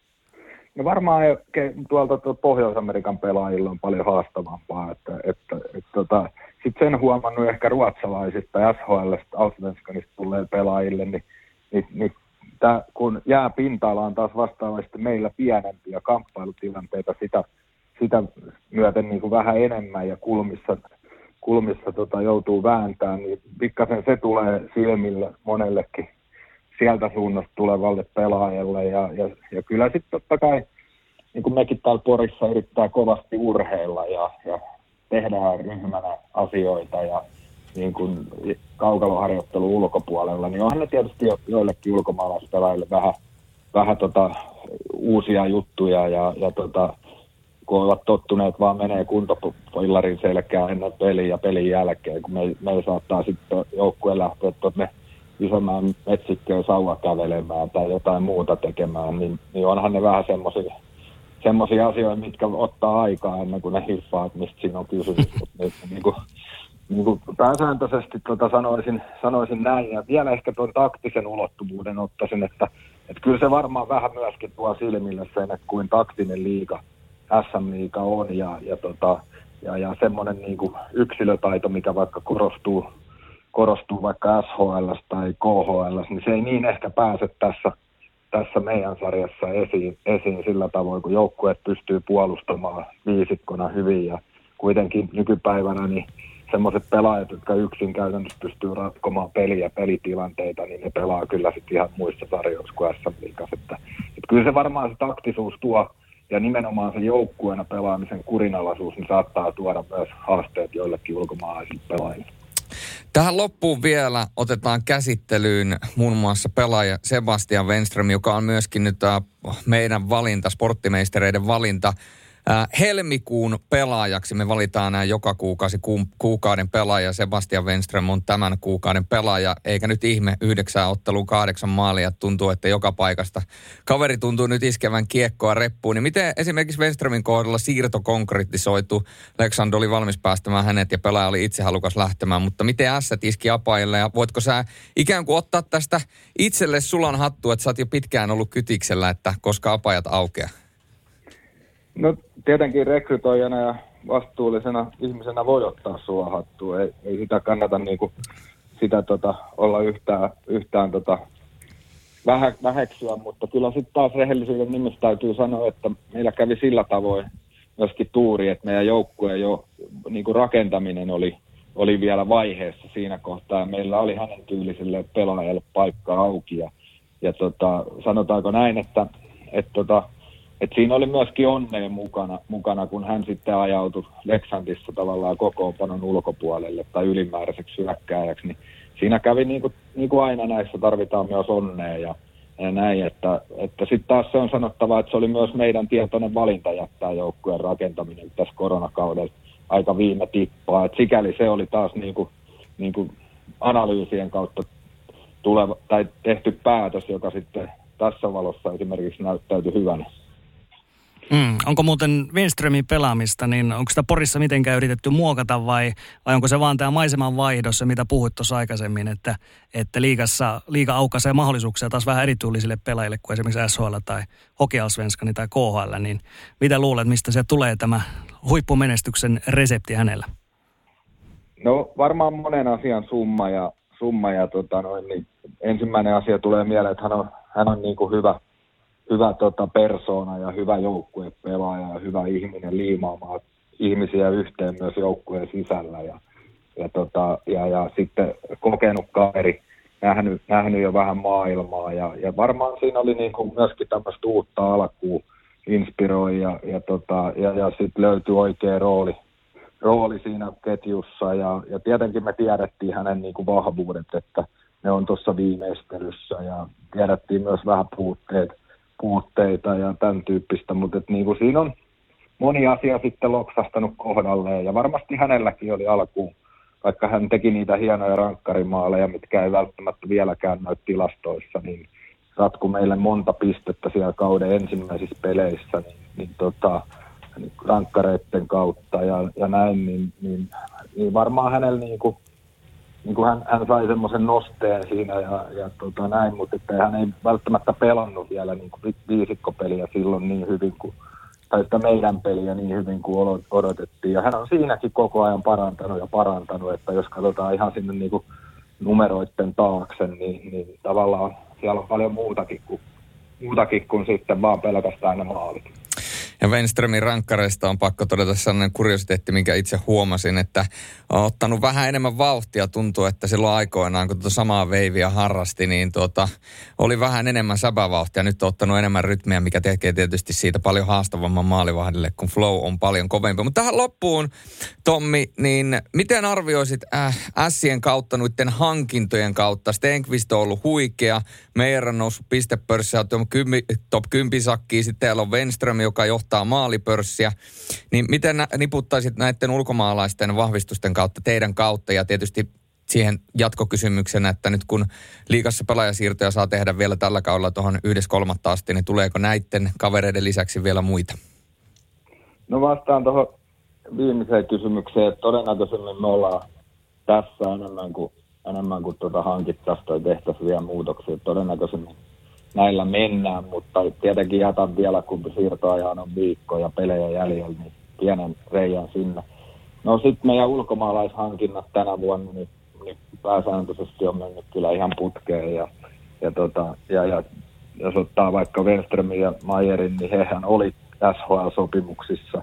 No varmaan tuolta, tuolta Pohjois-Amerikan pelaajilla on paljon haastavampaa. Että, että, että, että, sitten sen huomannut ehkä ruotsalaisista S H L:stä, Allsvenskanista tulleille pelaajille, niin, niin, niin tää, kun jää pinta-ala on taas vastaavasti meillä pienempiä kamppailutilanteita, sitä, sitä myöten niin kuin vähän enemmän ja kulmissa, kulmissa tota, joutuu vääntämään, niin pikkasen se tulee silmille monellekin sieltä suunnasta tulevalle pelaajalle. Ja, ja, ja kyllä sitten totta kai, niin kuin mekin täällä Porissa yrittää kovasti urheilla ja, ja tehdään ryhmänä asioita ja niin kuin kaukaloharjoittelu ulkopuolella, niin onhan ne tietysti jo, joillekin ulkomaalaispelaajille vähän, vähän tota, uusia juttuja ja, ja tota, kun ovat tottuneet vaan menee kuntopillarin selkään ennen peliä ja pelin jälkeen, kun me, me saattaa sitten joukkueen lähteä tuonne isomman metsikköön sauva kävelemään tai jotain muuta tekemään, niin, niin onhan ne vähän semmoisia semmoisia asioita, mitkä ottaa aikaa ennen kuin ne hiffaa, että mistä siinä on kysymys. niin, niin kuin, niin kuin pääsääntöisesti tota sanoisin, sanoisin näin, ja vielä ehkä tuon taktisen ulottuvuuden ottaisin, että, että kyllä se varmaan vähän myöskin tuo silmille sen, että kuin taktinen liiga, S M-liiga on, ja, ja, tota, ja, ja semmoinen niin kuin yksilötaito, mikä vaikka korostuu, korostuu vaikka S H L tai K H L, niin se ei niin ehkä pääse tässä, tässä meidän sarjassa esiin, esiin sillä tavoin, kun joukkueet pystyy puolustamaan viisikkona hyvin, ja kuitenkin nykypäivänä niin semmoiset pelaajat, jotka yksin käytännössä pystyy ratkomaan peliä ja pelitilanteita, niin ne pelaa kyllä sitten ihan muissa sarjoissa kuin S M-liigassa. Että, että kyllä se varmaan se taktisuus tuo, ja nimenomaan se joukkueena pelaamisen kurinalaisuus, niin saattaa tuoda myös haasteet joillekin ulkomaalaisille pelaajille. Tähän loppuun vielä otetaan käsittelyyn muun muassa pelaaja Sebastian Wenström, joka on myöskin nyt meidän valinta, sporttimeistereiden valinta. Helmikuun pelaajaksi me valitaan nämä joka kuukausi kuukauden pelaaja. Sebastian Wenström on tämän kuukauden pelaaja, eikä nyt ihme yhdeksän otteluun kahdeksan maalia. Tuntuu, että joka paikasta kaveri tuntuu nyt iskevän kiekkoa reppuun. Niin miten esimerkiksi Wenströmin kohdalla siirto konkretisoitu? Leksand oli valmis päästämään hänet ja pelaaja oli itse halukas lähtemään, mutta miten ässät iski apaille ja voitko sä ikään kuin ottaa tästä itselle sulan hattua, että sä oot jo pitkään ollut kytiksellä, että koska apajat aukeaa? No tietenkin rekrytoijana ja vastuullisena ihmisenä voi ottaa sua hattua. Ei, ei sitä kannata niinku, sitä tota, olla yhtään, yhtään tota, vähä, väheksyä, mutta kyllä sitten taas rehellisyyden nimessä täytyy sanoa, että meillä kävi sillä tavoin myöskin tuuri, että meidän joukkueen jo niinku rakentaminen oli, oli vielä vaiheessa siinä kohtaa. Meillä oli hänen tyyliselle pelaajalle paikka auki ja, ja tota, sanotaanko näin, että et, tota, Et siinä oli myöskin onnea mukana, mukana, kun hän sitten ajautui Leksandissa tavallaan kokoonpanon ulkopuolelle tai ylimääräiseksi hyökkääjäksi. Niin siinä kävi niin kuin, niin kuin aina näissä tarvitaan myös onnea ja, ja näin, että, että sitten taas se on sanottava, että se oli myös meidän tietoinen valinta jättää joukkueen rakentaminen tässä koronakaudella aika viime tippaa, että sikäli se oli taas niinku, niinku analyysien kautta tuleva, tai tehty päätös, joka sitten tässä valossa esimerkiksi näyttäytyi hyvänä. Mm. Onko muuten Wenströmin pelaamista, niin onko sitä Porissa mitenkään yritetty muokata vai, vai onko se vaan tämä maiseman vaihdos, se mitä puhuit tuossa aikaisemmin, että, että liigassa, liiga aukaisee mahdollisuuksia taas vähän erityylisille pelaajille kuin esimerkiksi S H L tai Hockeyallsvenskani tai K H L, niin mitä luulet, mistä se tulee tämä huippumenestyksen resepti hänellä? No varmaan monen asian summa ja, summa ja tota noin, niin ensimmäinen asia tulee mieleen, että hän on, hän on niin kuin hyvä, hyvä tota persoona ja hyvä joukkuepelaaja ja hyvä ihminen liimaamaan ihmisiä yhteen myös joukkueen sisällä. Ja, ja, tota, ja, ja sitten kokenut kaveri, nähnyt, nähnyt jo vähän maailmaa. Ja, ja varmaan siinä oli niin kuin myöskin tämmöistä uutta alkua inspiroi ja, ja, tota, ja, ja sitten löytyi oikea rooli, rooli siinä ketjussa. Ja, ja tietenkin me tiedettiin hänen niin kuin vahvuudet, että ne on tuossa viimeistelyssä ja tiedettiin myös vähän puutteet. puutteita ja tämän tyyppistä, mutta et niinku siinä on moni asia sitten loksastanut kohdalleen ja varmasti hänelläkin oli alkuun, vaikka hän teki niitä hienoja rankkarimaaleja, mitkä ei välttämättä vieläkään näy tilastoissa, niin ratku meille monta pistettä siellä kauden ensimmäisissä peleissä, niin, niin tota, niin rankkareiden kautta ja, ja näin, niin, niin, niin varmaan hänellä niinku niin kuin hän, hän sai semmoisen nosteen siinä ja, ja tota näin, mutta että hän ei välttämättä pelannut vielä niin kuin viisikkopeliä silloin niin hyvin kuin, tai sitä meidän peliä niin hyvin kuin odotettiin. Ja hän on siinäkin koko ajan parantanut ja parantanut, että jos katsotaan ihan sinne niin kuin numeroiden taakse, niin, niin tavallaan siellä on paljon muutakin kuin, muutakin kuin sitten vaan pelkästään ne maalit. Ja Wenströmin rankkareista on pakko todeta sellainen kuriositeetti, minkä itse huomasin, että on ottanut vähän enemmän vauhtia. Tuntuu, että silloin aikoinaan, kun tuota samaa veiviä harrasti, niin tuota, oli vähän enemmän säpävauhtia. Nyt on ottanut enemmän rytmiä, mikä tekee tietysti siitä paljon haastavamman maalivahdille, kun flow on paljon kovempi. Mutta tähän loppuun, Tommi, niin miten arvioisit äh, Ässien kautta, noiden hankintojen kautta? Stenqvist on ollut huikea, Meijer on noussut pistepörssiä, top kymmenen sakkiin, sitten täällä on Wenström, joka johtaa maalipörssiä, niin miten niputtaisit näiden ulkomaalaisten vahvistusten kautta, teidän kautta ja tietysti siihen jatkokysymyksenä, että nyt kun liigassa pelaajasiirtoja saa tehdä vielä tällä kaudella tuohon yhdessä kolmatta asti, niin tuleeko näiden kavereiden lisäksi vielä muita? No vastaan tuohon viimeiseen kysymykseen, että todennäköisemmin me ollaan tässä enemmän kuin, enemmän kuin tuota hankittaisiin tai tehtäisiin vielä muutoksia. Todennäköisemmin näillä mennään, mutta tietenkin jätän vielä, kun siirtoajan on viikko ja pelejä jäljellä, niin pienen reijän sinne. No sitten meidän ulkomaalaishankinnat tänä vuonna, niin, niin pääsääntöisesti on mennyt kyllä ihan putkeen. Ja, ja, tota, ja, ja jos ottaa vaikka Wenströmin ja Meyerin, niin hehän oli S H L-sopimuksissa.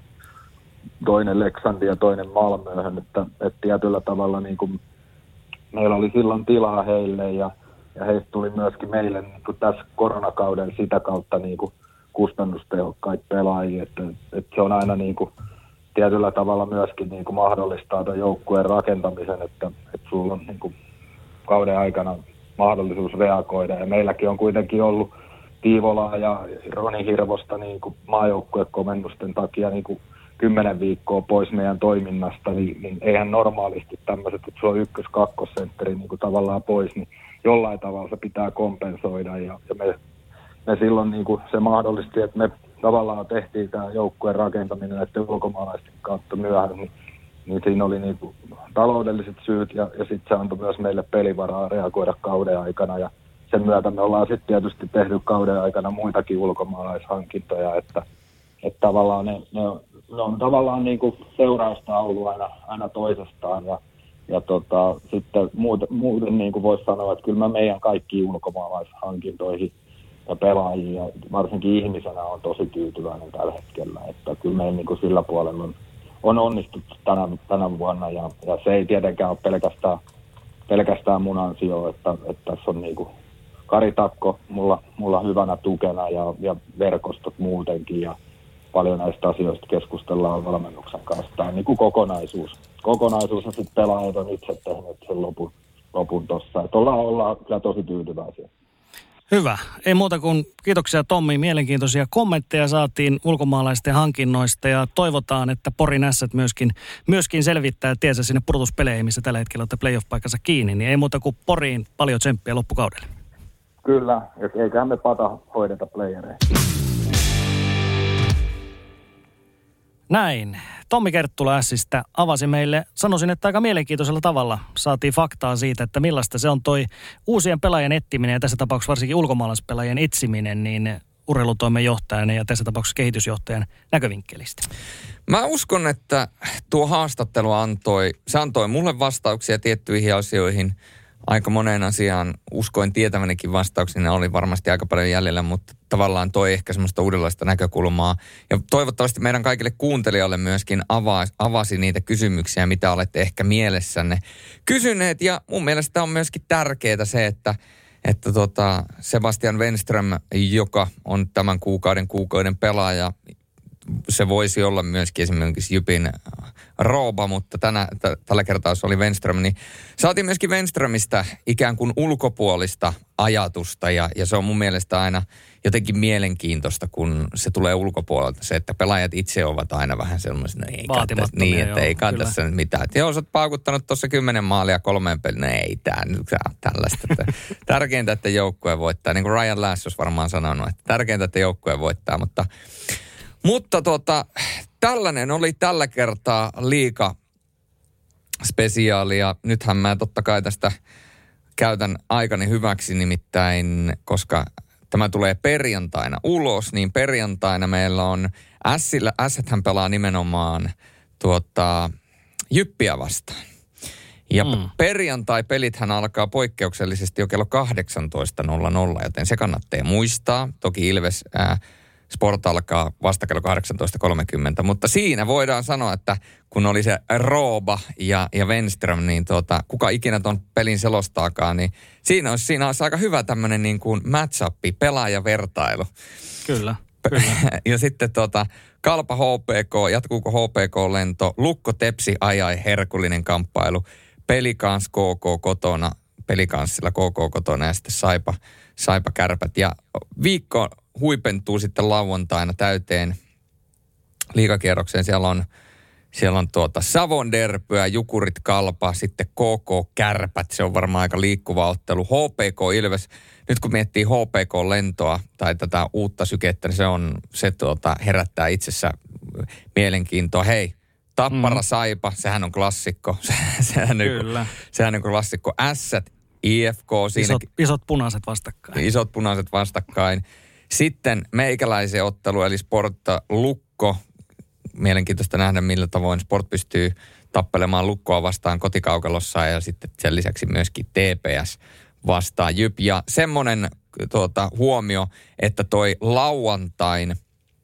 Toinen Leksandi ja toinen Malmöhön, että, että tietyllä tavalla niin kuin meillä oli silloin tilaa heille ja Ja heistä tuli myöskin meille niin kuin tässä koronakauden sitä kautta niin kuin kustannustehokkaita pelaajia. Että, että se on aina niin kuin tietyllä tavalla myöskin niin kuin mahdollistaa tämän joukkueen rakentamisen, että, että sulla on niin kuin kauden aikana mahdollisuus reagoida. Ja meilläkin on kuitenkin ollut Tiivolaa ja Roni Hirvosta niin kuin maajoukkuekomennusten takia niin kuin kymmenen viikkoa pois meidän toiminnasta, niin, niin eihän normaalisti tämmöiset, että sulla on ykkös-kakkosentteri niin kuin tavallaan pois, niin jollain tavalla se pitää kompensoida ja, ja me, me silloin niin kuin se mahdollisti, että me tavallaan tehtiin tämä joukkueen rakentaminen näiden ulkomaalaisten kautta myöhään, niin, niin siinä oli niin kuin taloudelliset syyt ja, ja sitten se antoi myös meille pelivaraa reagoida kauden aikana ja sen myötä me ollaan sitten tietysti tehty kauden aikana muitakin ulkomaalaishankintoja, että, että tavallaan ne, ne, on, ne on tavallaan niin kuin seurausta ollut aina, aina toisestaan ja Ja tota, sitten muuten, muuten niin kuin voisi sanoa, että kyllä mä meidän kaikkiin ulkomaalaishankintoihin ja pelaajiin ja varsinkin ihmisenä on tosi tyytyväinen tällä hetkellä. Että kyllä meillä niin kuin sillä puolella on, on onnistuttu tänä, tänä vuonna ja, ja se ei tietenkään ole pelkästään, pelkästään mun ansio, että, että tässä on niin kuin Kari Takko mulla, mulla hyvänä tukena ja, ja verkostot muutenkin ja paljon näistä asioista keskustellaan valmennuksen kanssa. Tämä on niin kuin kokonaisuus. Kokonaisuus ja sitten pelaajat on itse tehnyt sen lopun, lopun tuossa. Että ollaan, ollaan kyllä tosi tyytyväisiä. Hyvä. Ei muuta kuin kiitoksia Tommi. Mielenkiintoisia kommentteja saatiin ulkomaalaisten hankinnoista ja toivotaan, että Porin Ässät myöskin, myöskin selvittää tiensä sinne pudotuspeleihin, missä tällä hetkellä olette playoff-paikassa kiinni. Niin ei muuta kuin Poriin paljon tsemppiä loppukaudelle. Kyllä, eiköhän me pata hoideta playereja. Näin. Tommi Kerttula Ässistä avasi meille, sanoisin, että aika mielenkiintoisella tavalla saatiin faktaa siitä, että millaista se on toi uusien pelaajien etsiminen ja tässä tapauksessa varsinkin ulkomaalaispelaajien etsiminen, niin urheilutoimen johtajan ja tässä tapauksessa kehitysjohtajan näkövinkkelistä. Mä uskon, että tuo haastattelu antoi, se antoi mulle vastauksia tiettyihin asioihin. Aika moneen asiaan uskoin tietävänikin vastauksina oli varmasti aika paljon jäljellä, mutta tavallaan toi ehkä semmoista uudenlaista näkökulmaa. Ja toivottavasti meidän kaikille kuuntelijoille myöskin avasi, avasi niitä kysymyksiä, mitä olette ehkä mielessänne kysyneet. Ja mun mielestä on myöskin tärkeää se, että, että tota Sebastian Wenström, joka on tämän kuukauden kuukauden pelaaja, se voisi olla myöskin esimerkiksi Jypin Rooba, mutta tänä, t- tällä kertaa se oli Wenström, niin saatiin myöskin Wenströmistä ikään kuin ulkopuolista ajatusta ja, ja se on mun mielestä aina jotenkin mielenkiintoista, kun se tulee ulkopuolelta. Se, että pelaajat itse ovat aina vähän sellaisia, no ei kattas, niin, että joo, ei kattas sen mitään. Että joo, sä oot paukuttanut tuossa kymmenen maalia kolmeen peliin, no ei tää nyt tällaista. Että tärkeintä, että joukkue voittaa, niin kuin Ryan Lass olisi varmaan sanonut, että tärkeintä, että joukkue voittaa, mutta Mutta tota, tällainen oli tällä kertaa liiga spesiaali ja nythän mä totta kai tästä käytän aikani hyväksi nimittäin, koska tämä tulee perjantaina ulos, niin perjantaina meillä on Ässillä, Ässäthän pelaa nimenomaan tuota, Jyppiä vastaan. Ja mm. perjantai-pelithän alkaa poikkeuksellisesti jo kello kahdeksantoista nolla nolla, joten se kannattaa muistaa. Toki Ilves ää, Sport alkaa vasta kello kahdeksantoista kolmekymmentä, mutta siinä voidaan sanoa, että kun oli se Rooba ja, ja Wenström, niin tuota, kuka ikinä ton pelin selostaakaan, niin siinä olisi, siinä olisi aika hyvä tämmöinen niin kuin match-up, pelaajavertailu. Kyllä, kyllä. Ja sitten tuota, Kalpa H P K, jatkuuko H P K-lento, Lukko Tepsi ajai herkullinen kamppailu, Pelikans K K kotona, Pelikanssilla K K kotona ja sitten Saipa, Saipa Kärpät. Ja viikko huipentuu sitten lauantaina täyteen liigakierrokseen. Siellä on, siellä on tuota Savon Derbyä, Jukurit Kalpa, sitten K K Kärpät. Se on varmaan aika liikkuva ottelu. H P K Ilves. Nyt kun miettii H P K-lentoa tai tätä uutta sykettä, niin se, on, se tuota, herättää itsessä mielenkiintoa. Hei, Tappara mm. Saipa, sehän on klassikko. sehän, Kyllä. On, sehän on klassikko. Ässät, I F K. Siinä, isot, isot punaiset vastakkain. Isot punaiset vastakkain. Sitten meikäläisen ottelu, eli Sportta Lukko. Mielenkiintoista nähdä, millä tavoin Sport pystyy tappelemaan Lukkoa vastaan kotikaukalossa ja sitten sen lisäksi myöskin T P S vastaan Jyp. Ja semmoinen tuota, huomio, että toi lauantain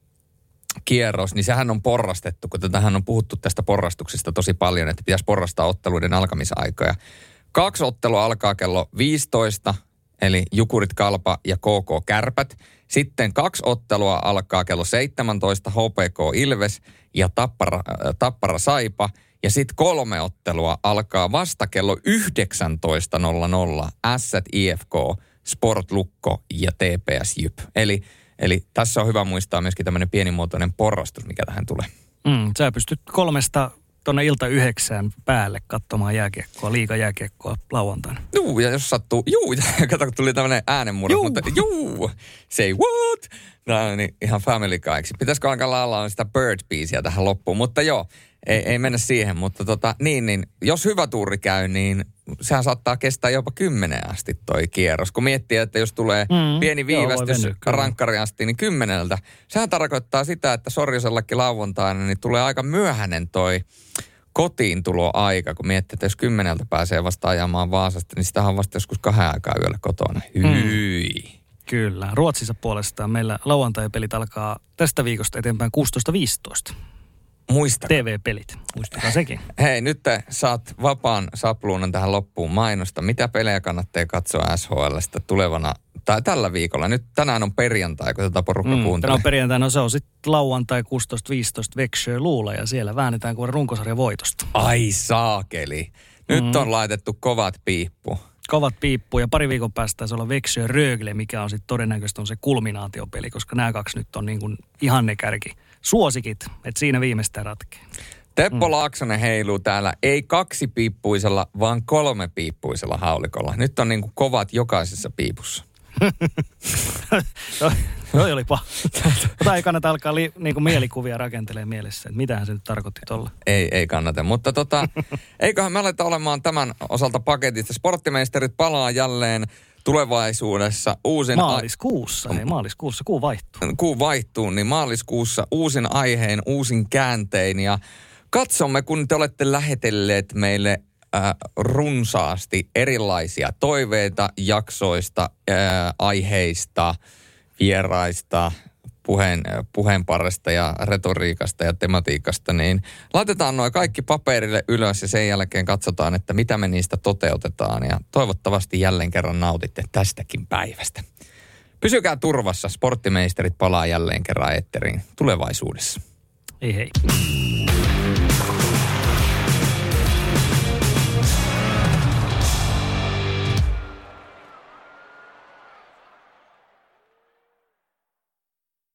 kierros, niin sehän on porrastettu, kun tähän on puhuttu tästä porrastuksesta tosi paljon, että pitäisi porrastaa otteluiden alkamisaikoja. Kaksi ottelua alkaa kello viisitoista, eli Jukurit Kalpa ja K K Kärpät. Sitten kaksi ottelua alkaa kello seitsemäntoista, H P K Ilves ja Tappara, äh, Tappara Saipa. Ja sitten kolme ottelua alkaa vasta kello yhdeksäntoista nolla nolla, Ässät I F K, Sport Lukko ja T P S Jyp. Eli, eli tässä on hyvä muistaa myöskin tämmöinen pienimuotoinen porrastus, mikä tähän tulee. Mm, sä pystyt kolmesta tuonne ilta yhdeksään päälle katsomaan jääkiekkoa, liigajääkiekkoa lauantaina. Juu, ja jos sattuu, juu, kato, kun tuli tämmöinen äänenmurros, juu. Mutta juu, say what? No niin, ihan Family Guyksi. Pitäisikö alkaa laulaa sitä Bird-biisiä tähän loppuun, mutta joo, ei, ei mennä siihen, mutta tota, niin, niin, jos hyvä tuuri käy, niin sehän saattaa kestää jopa kymmeneen asti toi kierros. Kun miettii, että jos tulee mm, pieni viivästys rankkari asti, niin kymmeneltä. Sehän tarkoittaa sitä, että Sorjosellakin lauantaina, niin tulee aika myöhäinen toi kotiintuloaika, kun miettii, että jos kymmeneltä pääsee vasta ajamaan Vaasasta, niin sitä on vasta joskus kahden aikaa yöllä kotona. Hyi. Mm. Kyllä. Ruotsissa puolestaan meillä lauantai-pelit alkaa tästä viikosta eteenpäin kuusitoista viisitoista. Muista. T V-pelit. Muistakaa sekin. Hei, nyt te saat vapaan sapluunan tähän loppuun mainosta. Mitä pelejä kannattaa katsoa S H L:stä tulevana, tai tällä viikolla? Nyt tänään on perjantai, kun tätä porukka mm, kuuntelee. Tänään on perjantai, no se on sitten lauantai kuusitoista viisitoista Växjö Luula, ja siellä väännetään kuin runkosarjan voitosta. Ai saakeli. Nyt mm. on laitettu kovat piippu. Kovat piippu ja pari viikon päästä taisi olla Växjö Rögle, mikä on sitten todennäköisesti on se kulminaatiopeli, koska nämä kaksi nyt on niin kuin ihanne kärki. Suosikit, että siinä viimeistään ratkee. Teppo mm. Laaksonen heiluu täällä, ei kaksipiippuisella, vaan kolmepiippuisella haulikolla. Nyt on niin kuin kovat jokaisessa piipussa. Toi oli paha. Mutta ei kannata alkaa li, niin kuin mielikuvia rakentelemaan mielessä, että mitähän se nyt tarkoitti tolla. Ei, ei kannata, mutta tota, eiköhän me aleta olemaan tämän osalta paketista. Sporttimeisterit palaa jälleen tulevaisuudessa uusin... Maaliskuussa, a... hei maaliskuussa, kuu vaihtuu. Kuu vaihtuu, niin maaliskuussa uusin aiheen, uusin kääntein ja katsomme, kun te olette lähetelleet meille äh, runsaasti erilaisia toiveita, jaksoista, äh, aiheista, vieraista, puheen, puheenparresta ja retoriikasta ja tematiikasta, niin laitetaan nuo kaikki paperille ylös ja sen jälkeen katsotaan, että mitä me niistä toteutetaan ja toivottavasti jälleen kerran nautitte tästäkin päivästä. Pysykää turvassa, sporttimeisterit palaa jälleen kerran eetteriin tulevaisuudessa. Ei hei.